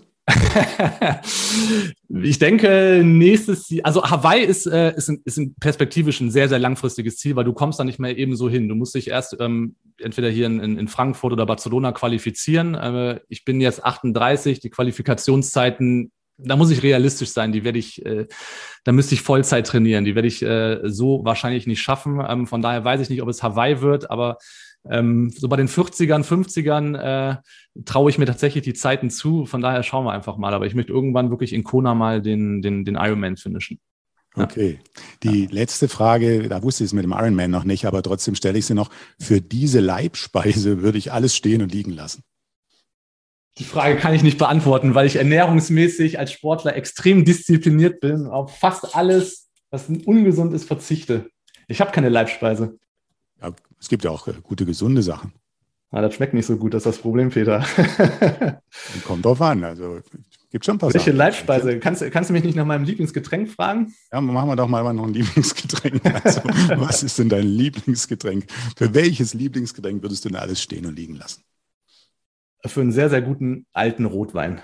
Ich denke, nächstes Ziel, also Hawaii ist, äh, ist, ein, ist ein perspektivisch ein sehr, sehr langfristiges Ziel, weil du kommst da nicht mehr eben so hin. Du musst dich erst ähm, entweder hier in, in Frankfurt oder Barcelona qualifizieren. Äh, ich bin jetzt achtunddreißig, die Qualifikationszeiten, da muss ich realistisch sein, die werde ich, äh, da müsste ich Vollzeit trainieren, die werde ich äh, so wahrscheinlich nicht schaffen. Ähm, von daher weiß ich nicht, ob es Hawaii wird, aber Ähm, so bei den vierzigern, fünfzigern äh, traue ich mir tatsächlich die Zeiten zu. Von daher schauen wir einfach mal. Aber ich möchte irgendwann wirklich in Kona mal den, den, den Ironman finishen. Ja. Okay. Die ja. letzte Frage, da wusste ich es mit dem Ironman noch nicht, aber trotzdem stelle ich sie noch. Für diese Leibspeise würde ich alles stehen und liegen lassen. Die Frage kann ich nicht beantworten, weil ich ernährungsmäßig als Sportler extrem diszipliniert bin, auf fast alles, was ungesund ist, verzichte. Ich habe keine Leibspeise. Ja, es gibt ja auch gute, gesunde Sachen. Ah, das schmeckt nicht so gut, das ist das Problem, Peter. Kommt drauf an, also gibt schon ein paar Welche Sachen. Leibspeise? Kannst, kannst du mich nicht nach meinem Lieblingsgetränk fragen? Ja, machen wir doch mal noch ein Lieblingsgetränk. Also, was ist denn dein Lieblingsgetränk? Für welches Lieblingsgetränk würdest du denn alles stehen und liegen lassen? Für einen sehr, sehr guten alten Rotwein.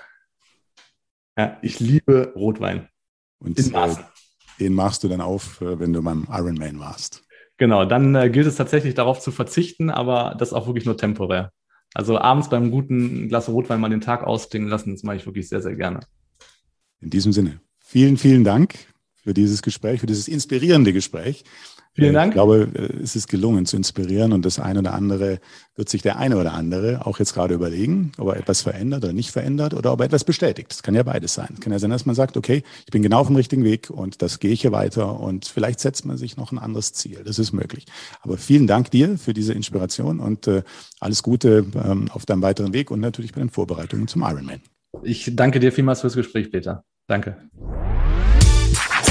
Ja, ich liebe Rotwein. Und in Maßen. Den machst du dann auf, wenn du beim Ironman warst. Genau, dann äh, gilt es tatsächlich darauf zu verzichten, aber das auch wirklich nur temporär. Also abends beim guten Glas Rotwein mal den Tag ausklingen lassen, das mache ich wirklich sehr, sehr gerne. In diesem Sinne, vielen, vielen Dank für dieses Gespräch, für dieses inspirierende Gespräch. Vielen Dank. Ich glaube, es ist gelungen zu inspirieren und das eine oder andere wird sich der eine oder andere auch jetzt gerade überlegen, ob er etwas verändert oder nicht verändert oder ob er etwas bestätigt. Das kann ja beides sein. Es kann ja sein, dass man sagt, okay, ich bin genau auf dem richtigen Weg und das gehe ich hier weiter und vielleicht setzt man sich noch ein anderes Ziel. Das ist möglich. Aber vielen Dank dir für diese Inspiration und äh, alles Gute ähm, auf deinem weiteren Weg und natürlich bei den Vorbereitungen zum Ironman. Ich danke dir vielmals fürs Gespräch, Peter. Danke.